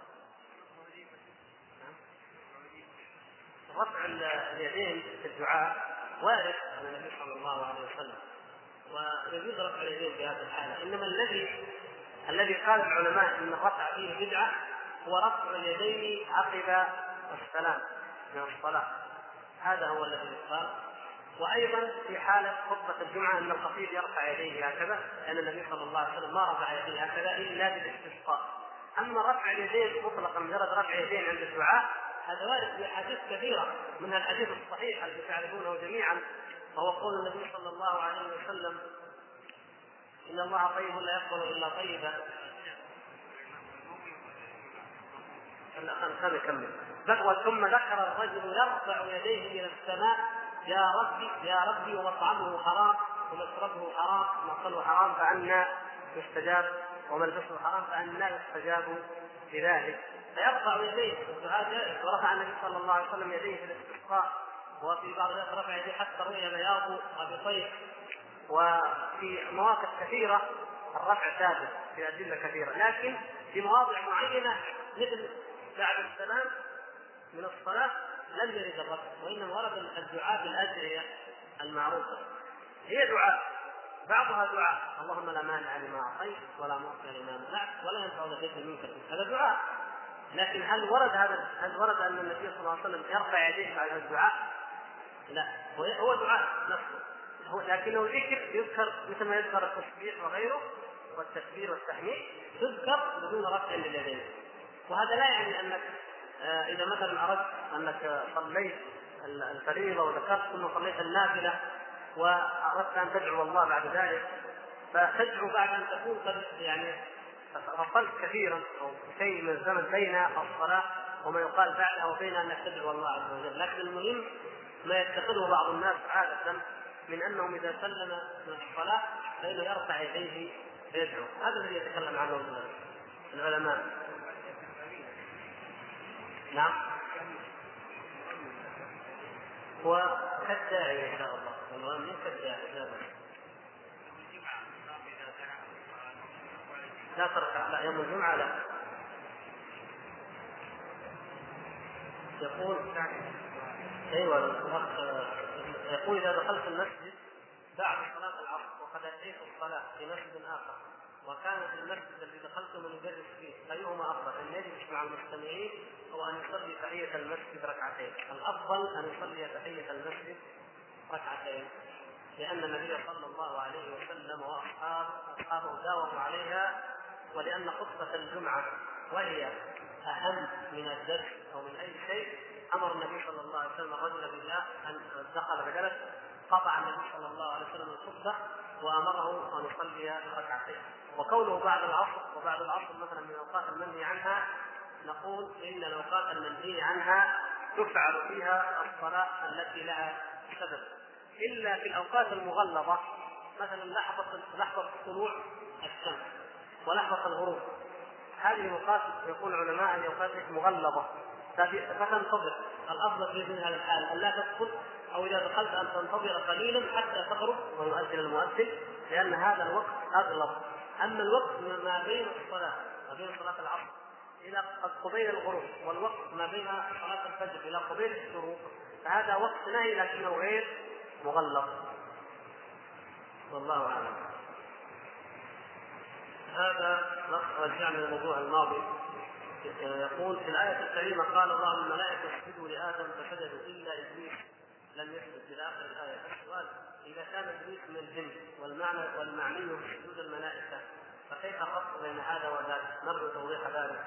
رفع اليدين في الدعاء وارد عن النبي صلى الله عليه وسلم ويجوز رفع اليدين في هذه الحالة، إنما الذي قال العلماء إن الرفع فيه بدعة هو رفع اليدين عقب السلام من الصلاة، هذا هو الذي قال. وأيضا في حالة خطبة الجمعة أن الخطيب يرفع يديه هكذا، لأن النبي صلى الله عليه وسلم ما رفع يديه هكذا إلا بالاستسقاء. أما رفع اليدين مطلقا مجرد رفع يدين عند الدعاء هذا وارد في أحاديث كثيرة، منها الحديث الصحيح الذي تعرفونه جميعا وهو قول النبي صلى الله عليه وسلم: إن الله طيب لا يقبل إلا طيبا. ثم ذكر الرجل يرفع يديه إلى السماء: يا ربي يا ربي ومطعمه حرام ومشربه حرام ومأكله حرام فأنى يستجاب وملبسه حرام فأنى يستجاب بذلك. فيرفع يديه، ورفع النبي صلى الله عليه وسلم يديه في الاستسقاء، وفي بعض الوقت رفع يديه حتى رؤي بياض أبطيه، وفي مواقف كثيرة الرفع ثابت في أدلة كثيرة، لكن في مواضع معينة مثل بعد السلام من الصلاة لم يرد الرفع، وإنما ورد الدعاء بالأدعية المعروفة، هي دعاء بعضها دعاء: اللهم لا مانع لما أعطيت ولا معطي لما منعت ولا ينفع ذا الجد منك، هذا دعاء. لكن هل ورد أن النبي صلى الله عليه وسلم يرفع يديه بعد الدعاء؟ لا، هو دعاء نفسه، لكنه ذكر يذكر مثل ما يذكر التسبيح وغيره والتكبير والتحميد، تذكر بدون رفع لليدين. وهذا لا يعني أنك إذا مثلا أردت أنك صليت الفريضة وذكرت ثم صليت النافلة وأردت أن تدعو الله بعد ذلك، فتدعو بعد أن تكون قد يعني غفلت كثيرا أو شيء من الزمن بين الصلاة وما يقال بعدها وبين أنك تدعو الله عز وجل. لكن المهم ما يتخذه بعض الناس عادة من أنهم إذا سلم من الصلاة فإنه يرفع يديه فيدعو، هذا الذي يتكلم عنه العلماء. نعم، وكالداعي إن شاء الله، والمهم كالداعي لا تركع، لا يوم الجمعة لا. يقول ايوه الاخ يقول اذا دخلت المسجد بعد صلاه العصر وقد اتيت الصلاه في مسجد اخر وكان في المسجد الذي دخلت من يدرس فيه ايهما افضل ان يجلس مع المستمعين او ان يصلي تحيه المسجد ركعتين؟ الافضل ان يصلي تحيه المسجد ركعتين، لان النبي صلى الله عليه وسلم واصحابه داوموا عليها، ولان خطبه الجمعه وهي اهم من الدرس او من اي شيء. امر النبي صلى الله عليه وسلم الرجل بالله ان دخل فجلس، قطع النبي صلى الله عليه وسلم الخطبه وامره ان يصلي ركعتين. وقوله بعد العصر، وبعد العصر مثلا من الاوقات المنهي عنها، نقول ان الاوقات المنهي عنها تفعل فيها الصلاه التي لها سبب، الا في الاوقات المغلظه، مثلا لحظه طلوع الشمس ولحظه الغروب. هذه الاوقات يقول العلماء ان اوقات مغلظه فتنتظر. الافضل في هذا الحال ان لا تدخل، او اذا دخلت ان تنتظر قليلا حتى تغرب ويؤذن المؤذن، لان هذا الوقت اغلظ. اما الوقت ما بين الصلاه العصر الى قبيل الغروب، والوقت ما بين صلاه الفجر الى قبيل الشروق، فهذا وقت نهي لكنه غير مغلظ. والله اعلم. هذا رجعنا للموضوع الماضي. يقول في الآية الكريمة قال الله الملائكة اسجدوا لآدم فسجدوا إلا إبليس لم يسجد إلى آخر الآية. السؤال: إذا كان إبليس من الجن والمعني بسجود الملائكة، فكيف الربط بين هذا وذاك؟ نرجو توضيح ذلك.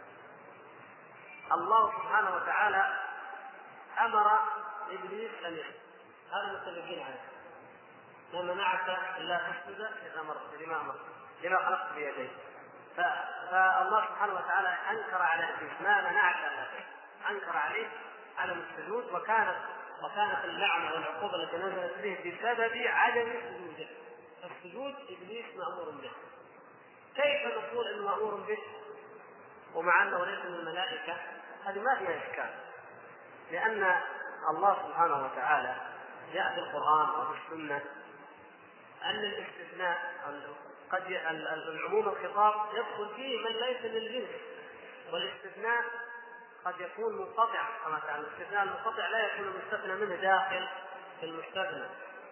الله سبحانه وتعالى أمر إبليس أن يسجد، هذا متفقين عليه. ما منعك إلا تسجد إذا أمرت لما خلقت بيديه. فالله سبحانه وتعالى أنكر على إبليس ما منعك أن أنكر عليه عدم السجود، وكانت اللعنة والعقوبة التي نزلت به بسبب عدم سجوده. فالسجود إبليس مأمور به. كيف نقول إنه مأمور به ومع أنه ليس من الملائكة؟ هذه ما فيها إشكال، لأن الله سبحانه وتعالى جاء في القرآن وفي السنة أن الاستثناء قد العموم الخطاب يدخل فيه من ليس من الجنس، والاستثناء قد يكون منقطع كما تعلم. الاستثناء المنقطع لا يكون المستثنى منه داخل في المستثنى.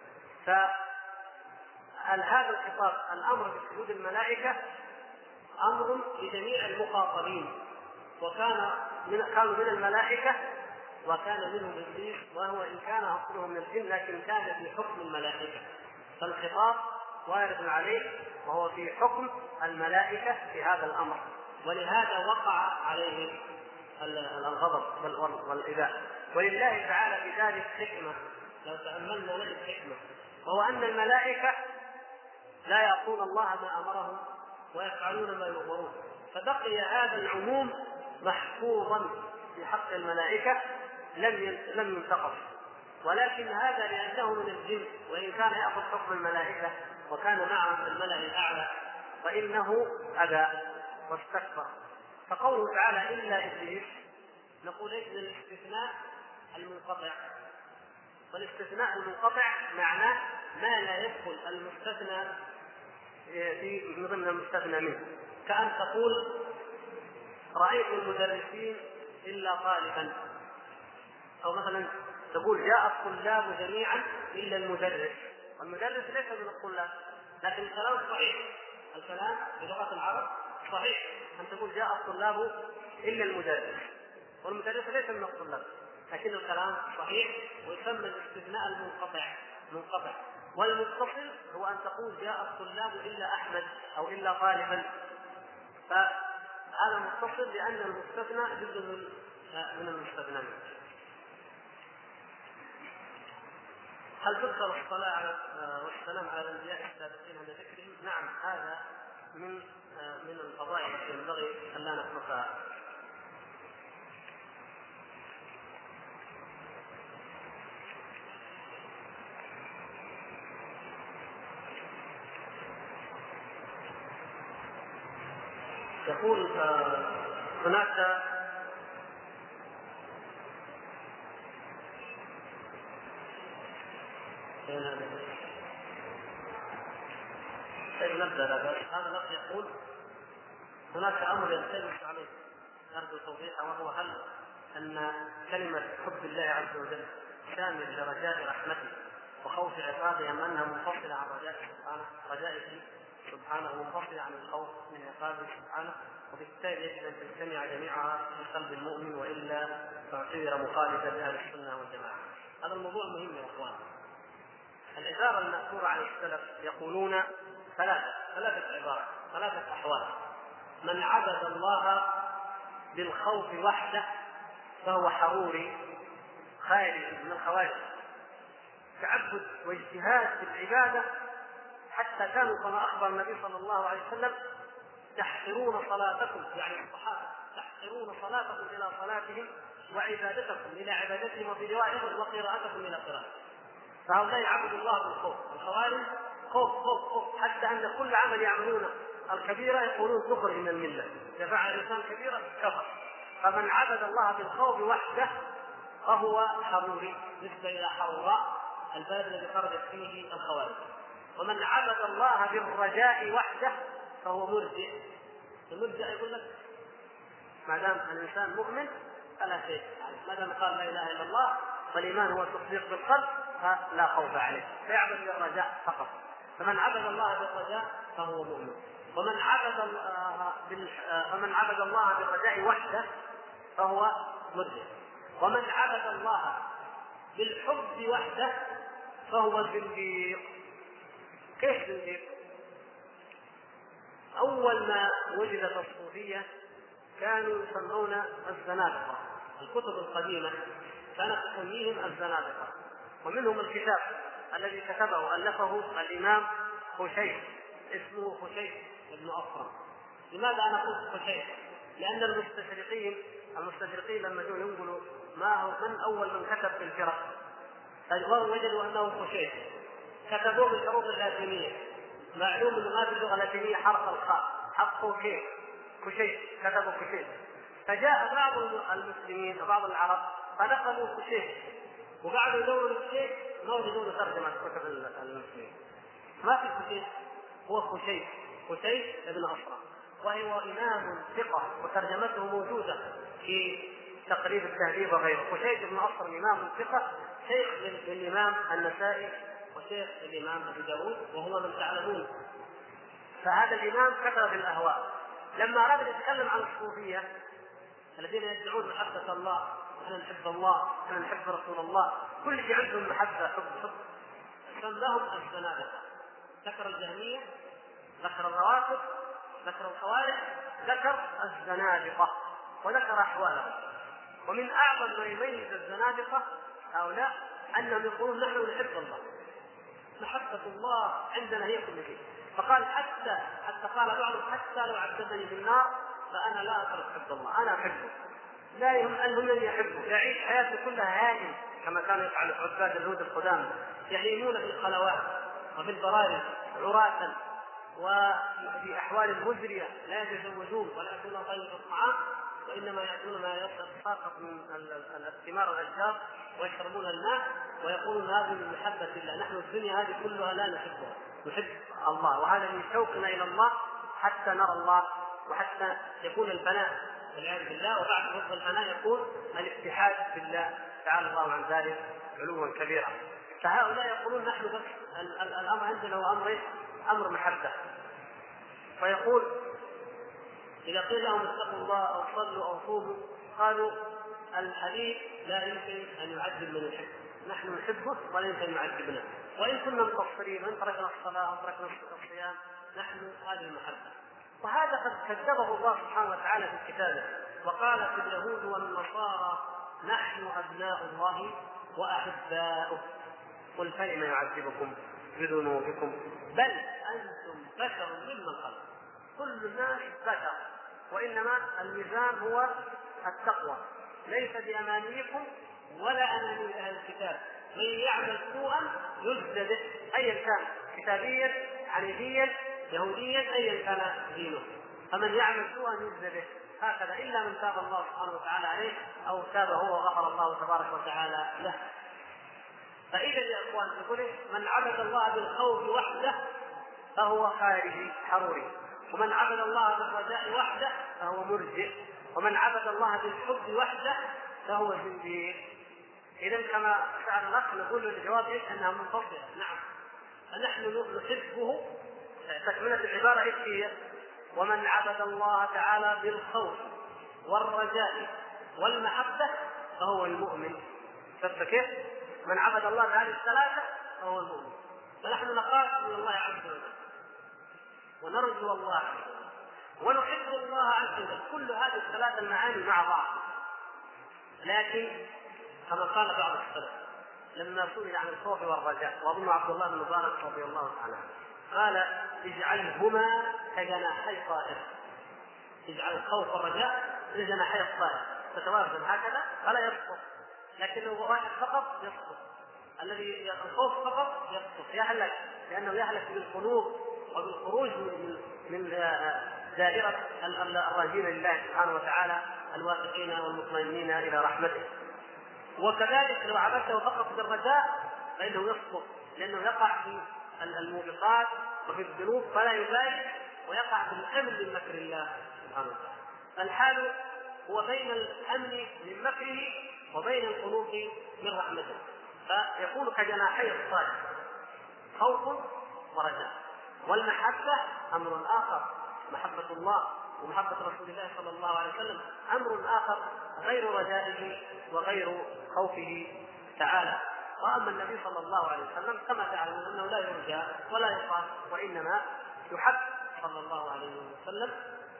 فهذا الخطاب الأمر بسجود الملائكة أمر لجميع المخاطبين، كانوا من الملائكة وكان منهم إبليس، وهو إن كان أصله من الجن لكن كان في حكم الملائكة، فالخطاب وارد عليه وهو في حكم الملائكة في هذا الأمر، ولهذا وقع عليه الغضب والإيذاء. ولله تعالى في ذلك حكمة لو تأملنا نجد حكمة، وهو أن الملائكة لا يعصون الله ما أمرهم ويفعلون ما يؤمرون، فبقي هذا العموم محفوظا في حق الملائكة لم ينتقص. ولكن هذا لأنه من الجن، وإن كان يأخذ حكم الملائكة وكان معهم في الملأ الأعلى فإنه أبى واستكبر. فقوله تعالى إلا إبليس، نقول إن الاستثناء المنقطع، والاستثناء المنقطع معناه ما لا يدخل المستثنى في ضمن المستثنى منه، كأن تقول رأيت المدرسين إلا طالبا، أو مثلا تقول جاء الطلاب جميعا إلا المدرس، والمدرس ليس من الطلاب، لكن الكلام صحيح، الكلام بلغة العرب صحيح أن تقول جاء الطلاب إلا المدرس، والمدرس ليس من الطلاب، لكن الكلام صحيح ويسمى الاستثناء منقطع. والمتصل هو أن تقول جاء الطلاب إلا أحمد أو إلا طالبا، فهذا متصل لأن المستثنى جزء من المستثنى. هل تذكر الصلاة على والسلام على الأنبياء السابقين عند ذكرهم؟ نعم، هذا من الفضائل التي ينبغي أن لا نتركها. يقول هناك هذا الأخ يقول هناك أمر يلتبس عليه، أرجو توضيحه، وهو هل أن كلمة حب الله عز وجل شامل لرجاء رحمته وخوف عقابه، أم أنها منفصلة عن رجائه سبحانه منفصلة عن الخوف من عقابه سبحانه، وبالتالي يجب أن تجتمع جميعها في قلب المؤمن، وإلا تعتبر مخالفة لأهل السنة والجماعة. هذا الموضوع مهم يا إخوان. العبارة المأثورة عن السلف يقولون ثلاثة عبارات، ثلاثة أحوال: من عبد الله بالخوف وحده فهو حروري خارج من الخوارج، تعبد واجتهاد في العبادة حتى كانوا كما أخبر النبي صلى الله عليه وسلم تحقرون صلاتكم، يعني الصحابة تحقرون صلاتكم إلى صلاتهم وعبادتكم إلى عبادتهم وفي رواية وقراءتكم إلى قراءتهم. فهؤلاء يعبدوا الله بالخوف، الخوارج خوف خوف خوف، حتى أن كل عمل يعملون الكبيرة يقولون تخرج من الملة، إذا فعل الإنسان كبيرة كفر. فمن عبد الله بالخوف وحده فهو حروري، نسبة إلى حروراء البلد الذي خرجت فيه الخوارج. ومن عبد الله بالرجاء وحده فهو مرجئ. المرجئ يقول لك ما دام الإنسان مؤمن فلا شيء، ما دام قال لا إله إلا الله والإيمان هو التصديق بالقلب فلا خوف عليه، فيعبد بالرجاء فقط. فمن عبد الله بالرجاء فهو مؤمن. ومن عبد الله بالرجاء وحده فهو مرجئ. ومن عبد الله بالحب وحده فهو زنديق. كيف زنديق؟ أول ما وجدت الصوفية كانوا يسمون الزنادقة، الكتب القديمة كانت تسميهم الزنادقة، ومنهم الكتاب الذي كتبه ألفه الإمام خشيش، اسمه خشيش بن أفرم. لماذا أنا قلت خشيش؟ لأن المستشرقين لما جاءوا ينقلوا من أول من كتب في الفرق وجدوا أنه خشيش، كتبوه بالحروف اللاتينية. معلوم أن ما في اللغة اللاتينية حرف الخاء، حقه كيف خشيش، كتبوا خشيش. فجاء بعض المسلمين وبعض العرب فنقلوا خشيش وقعدوا يدوروا الشيء ما وجدوا له ترجمة كتب المسلمين. ما في خشيش، هو خشيش بن أفرم، وهو إمام ثقة وترجمته موجودة في تقريب التهذيب وغيره. خشيش بن أفرم إمام ثقة، شيخ للإمام النسائي وشيخ للإمام أبي داود، وهو من تعلمون. فهذا الإمام كتب في الأهواء. لما أراد يتكلم عن الصوفية الذين يدعون محبة الله، أنا نحب الله، أنا نحب رسول الله، كل شيء عندهم محبة حب، سماهم الزنادقة. ذكر الجهمية، ذكر الروافض، ذكر الخوارج، ذكر الزنادقة وذكر أحوالهم. ومن أعظم ما يميز الزنادقة هؤلاء أنهم يقولون نحن نحب الله، محبة الله عندنا هي كل شيء. فقال حتى قال بعضهم حتى لو عذبني بالنار فأنا لا أترك حب الله، أنا أحبه، لا يهم من يحبه، يعيش حياته كلها هائم كما كانوا يفعل عباد اليهود القدامى، يهيمون في الخلوات وفي البراري عراة وفي أحوال مزرية، لا يتزوجون ولا يأكلون طيب الطعام، وإنما يأكلون ما يتساقط من الثمار والأشجار ويشربون الماء، ويقولون هذه من محبة الله، نحن الدنيا هذه كلها لا نحبها، نحب الله، وهذا من شوقنا إلى الله حتى نرى الله وحتى يكون الفناء والعياذ بالله، وبعد وصف الفناء يكون الاتحاد بالله تعالى الله عن ذلك علوا كبيرا. فهؤلاء يقولون نحن بس الأمر عندنا هو أمر محبة. فيقول إذا قيل لهم اتقوا الله أو صلوا أو صوموا قالوا الحديث لا يمكن أن يعذب من يحب، نحن نحبه ولا يمكن أن يعذبنا، وإن كنا مقصرين وإن تركنا الصلاة أو تركنا الصيام نحن هذه المحبة. وهذا قد كذبه الله سبحانه وتعالى في كتابه، وقالت اليهود والنصارى نحن أبناء الله وأحباؤه، قل فلم يعذبكم بذنوبكم بل أنتم بشر ممن خلق. كل الناس بشر، وإنما الميزان هو التقوى، ليس بأمانيكم ولا أماني أهل الكتاب، من يعمل سوءا يجزى به أيا كان، كتابيا حنيفيا يهوديا أيا كان دينه، فمن يعمل سوءا يجزى به هكذا، إلا من تاب الله سبحانه وتعالى عليه أو تاب هو وغفر الله تبارك وتعالى له. فإذا يا إخوان يقول من عبد الله بالخوف وحده فهو خارجي حروري، ومن عبد الله بالرجاء وحده فهو مرجئ، ومن عبد الله بالحب وحده فهو زنديق. إذا كما سأل الأخ نقول الجواب إيش؟ أنها منفصلة. نعم، فنحن نحبه. تكملة العبارة إيش هي؟ ومن عبد الله تعالى بالخوف والرجاء والمحبة فهو المؤمن. شفت كيف؟ من عبد الله بهذه الثلاثة فهو المؤمن. فنحن نخاف من الله عز وجل ونرجو الله عز وجل ونحب الله عز وجل، كل هذه الثلاثة المعاني مع بعض. لكن كما قال بعض السلف لما سئل عن الخوف والرجاء، وأظن عبد الله بن مبارك رضي الله تعالى عنه قال اجعلهما كجناحي الطائر. اجعل الخوف والرجاء كجناحي الطائر، تتوازن هكذا فلا يسقط. لكن لو واحد فقط يسقط، الذي الخوف فقط يسقط، يهلك، لأنه يهلك بالقلوب وبالخروج من دائرة الراجين لله سبحانه وتعالى الواثقين والمطمئنين إلى رحمته. وكذلك لو عبدته فقط بالرجاء فإنه يسقط، لأنه يقع في الموبقات وفي الذنوب فلا يبالي، ويقع في الأمن من مكر الله سبحانه وتعالى. فالحال هو بين الأمن من مكره وبين القنوط من رحمته، فيكون كجناحي الطائر، خوف ورجاء. والمحبة أمر آخر، محبة الله ومحبة رسول الله صلى الله عليه وسلم أمر آخر غير رجائه وغير خوفه تعالى. وأما النبي صلى الله عليه وسلم كما تعلمون أنه لا يرجى ولا يخاف، وإنما يحب صلى الله عليه وسلم.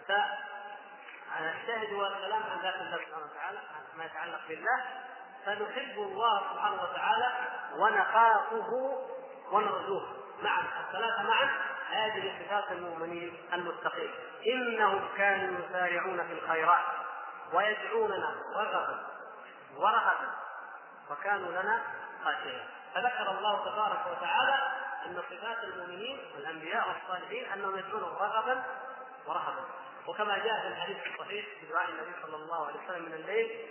فالشاهد هو الكلام عن ذات الله سبحانه وتعالى ما يتعلق بالله، فنحب الله سبحانه وتعالى ونخافه ونرجوه معا، الثلاثة معا. هذه صفات المؤمنين المتقين، إنهم كانوا يسارعون في الخيرات ويدعوننا رغبا ورهبا وكانوا لنا خاشعين. فذكر الله تبارك وتعالى أن صفات المؤمنين والأنبياء والصالحين أنهم يدعون رغبا ورهبا، وكما جاء في الحديث الصحيح في دعاء النبي صلى الله عليه وسلم من الليل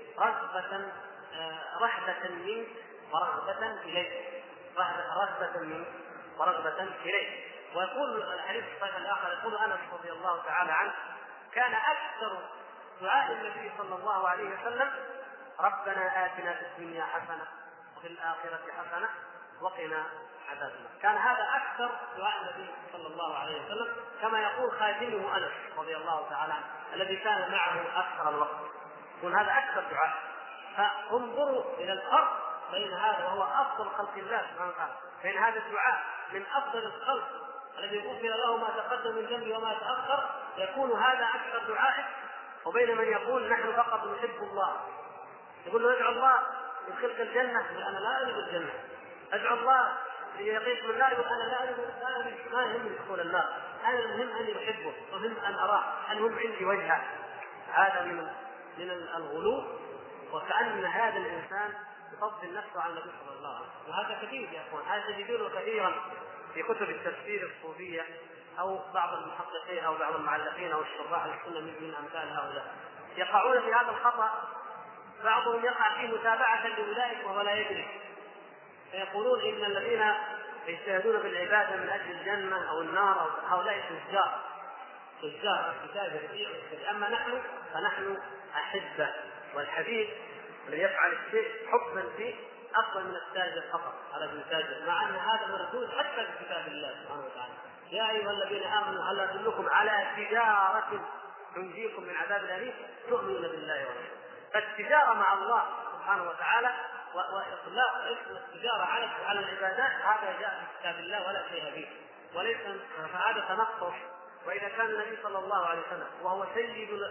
رهبة منك ورغبة إليك، رهبة منك ورغبة إليك. ويقول الحديث الصحيح الآخر، يقول أنس رضي الله تعالى عنه كان أكثر دعاء النبي صلى الله عليه وسلم ربنا آتنا في الدنيا حسنة وفي الآخرة حسنة وقنا عذاب النار. كان هذا أكثر دعاء النبي صلى الله عليه وسلم، كما يقول خادمه أنس رضي الله تعالى عنه الذي كان معه أكثر الوقت، يقول هذا أكثر دعاء. فانظروا إلى الفرق بين هذا وهو أفضل خلق الله سبحانه وتعالى، بين هذا الدعاء من أفضل الخلق الذي غفر له ما تقدم من ذنبه وما تأخر، يكون هذا أكثر دعائه، وبين من يقول نحن فقط نحب الله، يقول له ادعو الله يدخلك الجنة، أنا لا أريد الجنة، ادعو الله ليقيك من النار، أنا لا أريد، ما يهمني دخول النار، أنا المهم أني أحبه، المهم أن أراه، المهم عندي وجهه. هذا من الغلو، وكأن هذا الإنسان يفضل نفسه على النبي صلى الله عليه وسلم. وهذا كثير يا أخوان، هذا تجدونه كثيرا في كتب التفسير الصوفية أو بعض المحققين أو بعض المعلقين أو الشراح السنة من أمثال هؤلاء يقعون في هذا الخطأ. بعضهم يقع فيه متابعة لأولئك وهو لا يدري، فيقولون إن الذين يجتهدون بالعبادة من أجل الجنة أو النار أو هؤلاء تجار التاجر. أما نحن فنحن أحبة، والحبيب الذي يفعل الشيء حبا فيه أفضل من التاجر فقط على ابن تاجر، مع أن هذا مردود حتى في كتاب الله سبحانه وتعالى. يا أيها الذين آمنوا هل أدلكم على تجارة تنجيكم من عذاب أليم تؤمنون بالله ورسوله. فالتجارة مع الله سبحانه وتعالى وإطلاق اسم التجارة على العبادات هذا جاء في كتاب الله ولا شيء به، وليس فهذا تنقص. وإذا كان النبي صلى الله عليه وسلم وهو سيد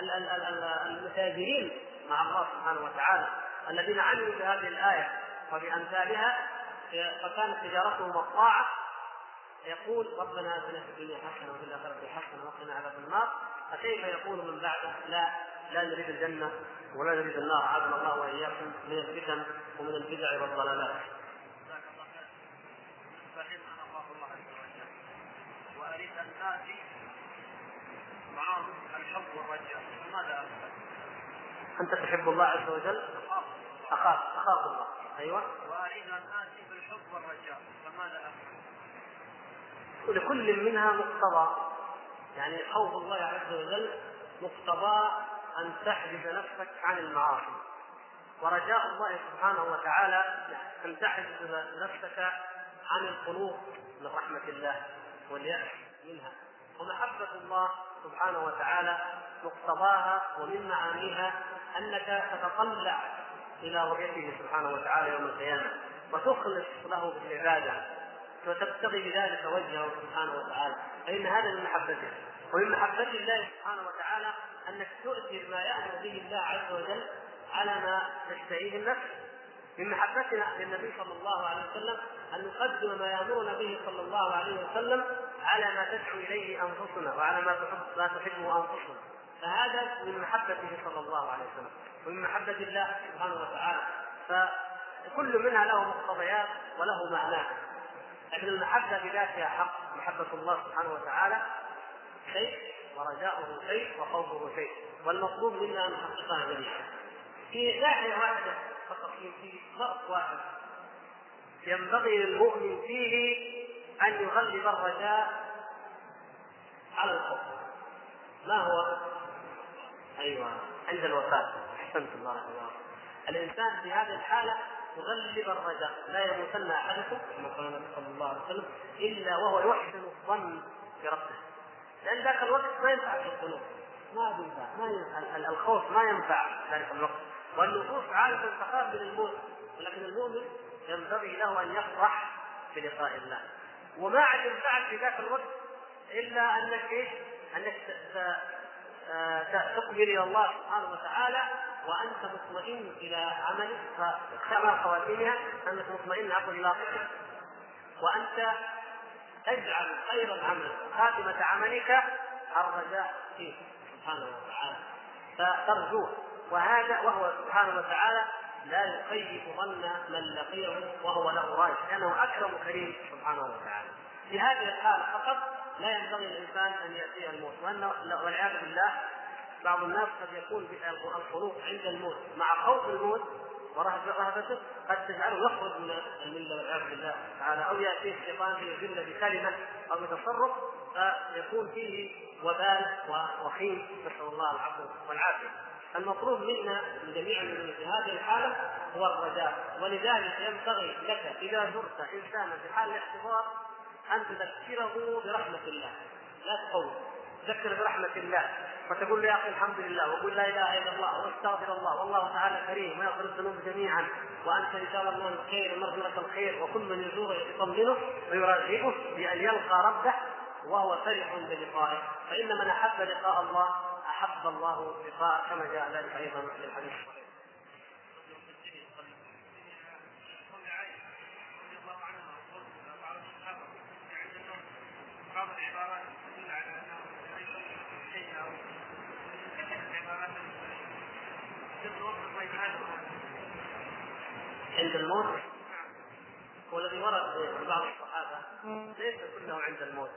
المتاجرين مع الله سبحانه وتعالى الذين عملوا بهذه الآية وبأمثالها، فكانت تجارتهم الطاعة، يقول ربنا آتنا في الدنيا حسنة وفي الآخرة حسنة وقنا عذاب النار. فكيف يقول من بعده لا نريد الجنة ولا نريد النار؟ عافانا الله وإياكم من الفتن ومن البدع والضلالات. فحسن الله عز وجل، وأريد أن آتي معهم الحب والرجاء، فماذا أفعل؟ أنت تحب الله عز وجل؟ أخاف الله. أيوة. وأريد أن آتي بالحب والرجاء، فماذا أفعل؟ ولكل منها مقتضى، يعني خوف الله عز وجل مقتضى أن تحجز نفسك عن المعاصي، ورجاء الله سبحانه وتعالى أن تحجب نفسك عن القنوط من رحمة الله واليأس منها. ومحبة الله سبحانه وتعالى مقتضاها ومن معانيها أنك تتطلع إلى رؤيته سبحانه وتعالى يوم القيامة وتخلص له بالعبادة وتبتغي بذلك وجهه سبحانه وتعالى، فإن هذا من محبته. ومن محبة الله سبحانه وتعالى أنك تؤثر ما يأمر به الله عز وجل على ما تشتهيه النفس. من محبتنا للنبي صلى الله عليه وسلم أن نقدم ما يأمرنا به صلى الله عليه وسلم على ما تدعو إليه أنفسنا وعلى ما تحبه أنفسنا، فهذا من محبته صلى الله عليه وسلم ومن محبة الله سبحانه وتعالى. فكل منها له مقتضيات وله معناه، لكن المحبة بذاتها حق. محبة الله سبحانه وتعالى شيء ورجاؤه شيء وخوفه شيء، والمطلوب منا أن نحققها جميعا. في ناحية واحدة فقط، في ظرف واحد ينبغي للمؤمن فيه أن يغلب الرجاء على الخوف. ما هو؟ أيوة، عند الوفاة. أحسنت الله الله. الإنسان في هذه الحالة يغلب الرجاء. لا يموتن أحدكم كما قال النبي صلى الله عليه وسلم إلا وهو يحسن الظن بربه، لأن ذاك الوقت ما ينفع في القلوب، ما ينفع الخوف، ما ينفع ذلك الوقت. والنفوس عادة تخاف من الموت، ولكن المؤمن ينبغي له أن يفرح بلقاء الله. وما عاد ينفعك في ذاك الوقت إلا أنك تقبل إلى الله سبحانه وتعالى وأنت مطمئن إلى عملك، فكما خواتيمها أنك مطمئن إلى ربك، وأنت تجعل خير العمل خاتمة عملك الرجاء فيه سبحانه وتعالى، فترجوه. وهو سبحانه وتعالى لا يخيب ظن من لقيه وهو له راجع، لأنه أكرم كريم سبحانه وتعالى. في هذه الحالة فقط لا ينبغي الإنسان أن يأتيه الموت. والعياذ بالله بعض الناس قد يكون القنوط عند الموت مع خوف الموت ورهبته قد تجعله يخرج من المله والعياذ بالله تعالى، او ياتيه الشيطان ليذل بكلمه او بتصرف فيكون فيه وبال وخيم، نسال الله العفو والعافيه. المطلوب منا من جميع المؤمنين في هذه الحاله هو الرجاء. ولذلك ينبغي لك اذا زرت انسانا في حال الاحتضار ان تذكره برحمه الله، لا تخوف، ذكر برحمه الله فتقول له يا اخي الحمد لله، وقل لا اله الا الله واستغفر الله، والله تعالى كريم ويغفر الذنوب جميعا، وانت ان شاء الله من الخير ومغفرة الخير، وكل من يزوره يطمنه ويرغبه بان يلقى ربه وهو فرح بلقائه. فان من احب لقاء الله احب الله لقاءه، كما جاء ذلك ايضا في الحديث. عند الموت والذي ورد في بعض الصحابة ليس كله عند الموت،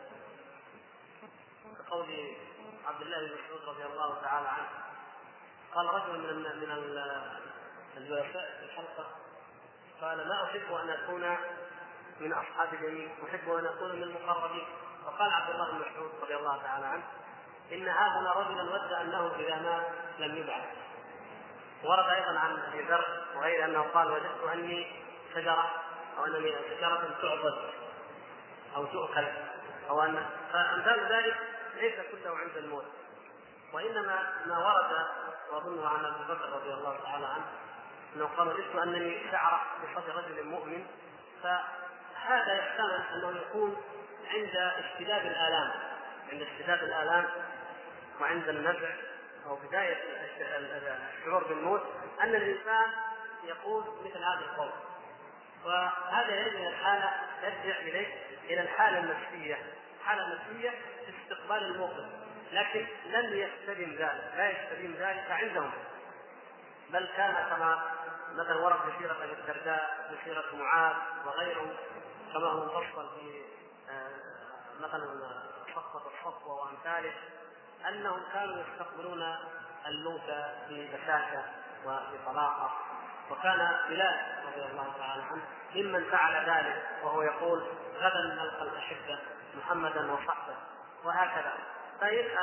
كقول عبد الله بن مسعود رضي الله تعالى عنه قال رجل من الجلساء في الحلقة قال ما أحب أن أكون من أصحاب اليمين، أحب أن أكون من المقربين. فقال عبد الله بن مسعود رضي الله تعالى عنه إن هذا رجلا ود أنه إذا مات لم يبعث. ورد أيضا عن أبي ذر وغيره أنه قال وجدت أني شجرة أو أنني شجرة تعبد أو تؤكل أو أن فأمثال ذلك ليس كله عند الموت، وإنما ما ورد وأظنه عن أبي بكر رضي الله تعالى عنه أنه قال وجدت أنني شعرة بصدر رجل مؤمن، فهذا يحتمل أنه يكون عند اشتداد الآلام، عند اشتداد الآلام وعند النزع أو بداية الشعور بالموت، أن الإنسان يقول مثل هذا القول. وهذا يرجع الحالة يرجع إلى الحالة النفسية، الحالة النفسية في استقبال الموقف، لكن لم يستلم ذلك، لا يستلم ذلك عندهم، بل كان كما مثلا ورد في سيرة أبي الدرداء وسيرة معاذ وغيرهم كما هو مفصل في مثلا صفوة الصفوة وأمثاله، أنهم كانوا يستقبلون الموت ببشاشة وبطلاقة. وكان بلال رضي الله تعالى عنه ممن فعل ذلك وهو يقول غدا نلقى الأحبة محمدا وصحبه وهكذا.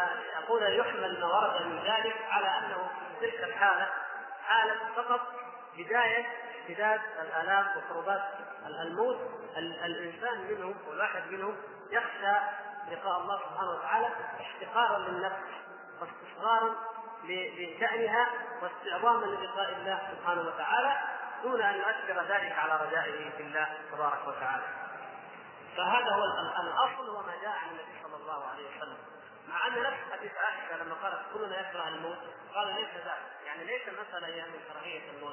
فيقول يحمل ما ورد من ذلك على أنه في تلك الحالة حالة فقط بداية اشتداد الآلام وكربات الموت، الإنسان منهم والواحد منهم يخشى لقاء الله سبحانه وتعالى احتقارا للنفس واستصغارا لشأنها واستعظاما للقاء الله سبحانه وتعالى دون أن يؤثر ذلك على رجائه في الله تبارك وتعالى. فهذا هو الأصل وما جاء عن النبي صلى الله عليه وسلم. مع أن نفس حديث عائشة لما قالت كلنا يكره الموت قال ليس ذلك، يعني ليس المسألة هي من كراهية الموت.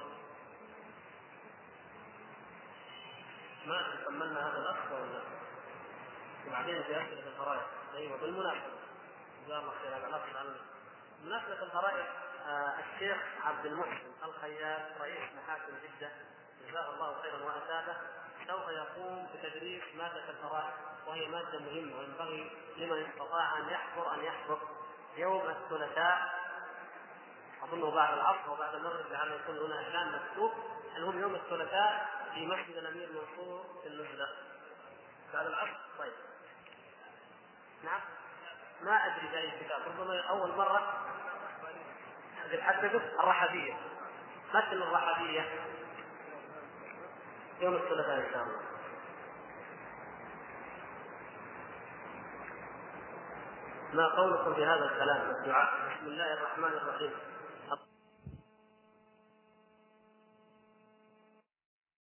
ما تكملنا هذا الأخ ولا وبعدين في أسئلة الفرائض. أيوة بالمناسبة جزاه الله خير هذا الأخ عن مناسبة الفرائض الشيخ عبد المحسن الخياط رئيس محاكم جدة جزاه الله خيرا وأساده سوف يقوم بتدريس مادة الفرائض، وهي مادة مهمة وينبغي لمن استطاع أن يحضر يوم الثلاثاء أظنه بعد العصر وبعد المغرب لعل يكون هنا إعلان مكتوب. المهم يوم الثلاثاء في مسجد الأمير منصور في النزلة بعد العصر. طيب نعم ما أدري في أي كتاب، ربما أول مرة تحدث الرحبية، مثل الرحبية يوم الثلاثاء إن شاء الله. ما قولكم في هذا الكلام؟ الدعاء بسم الله الرحمن الرحيم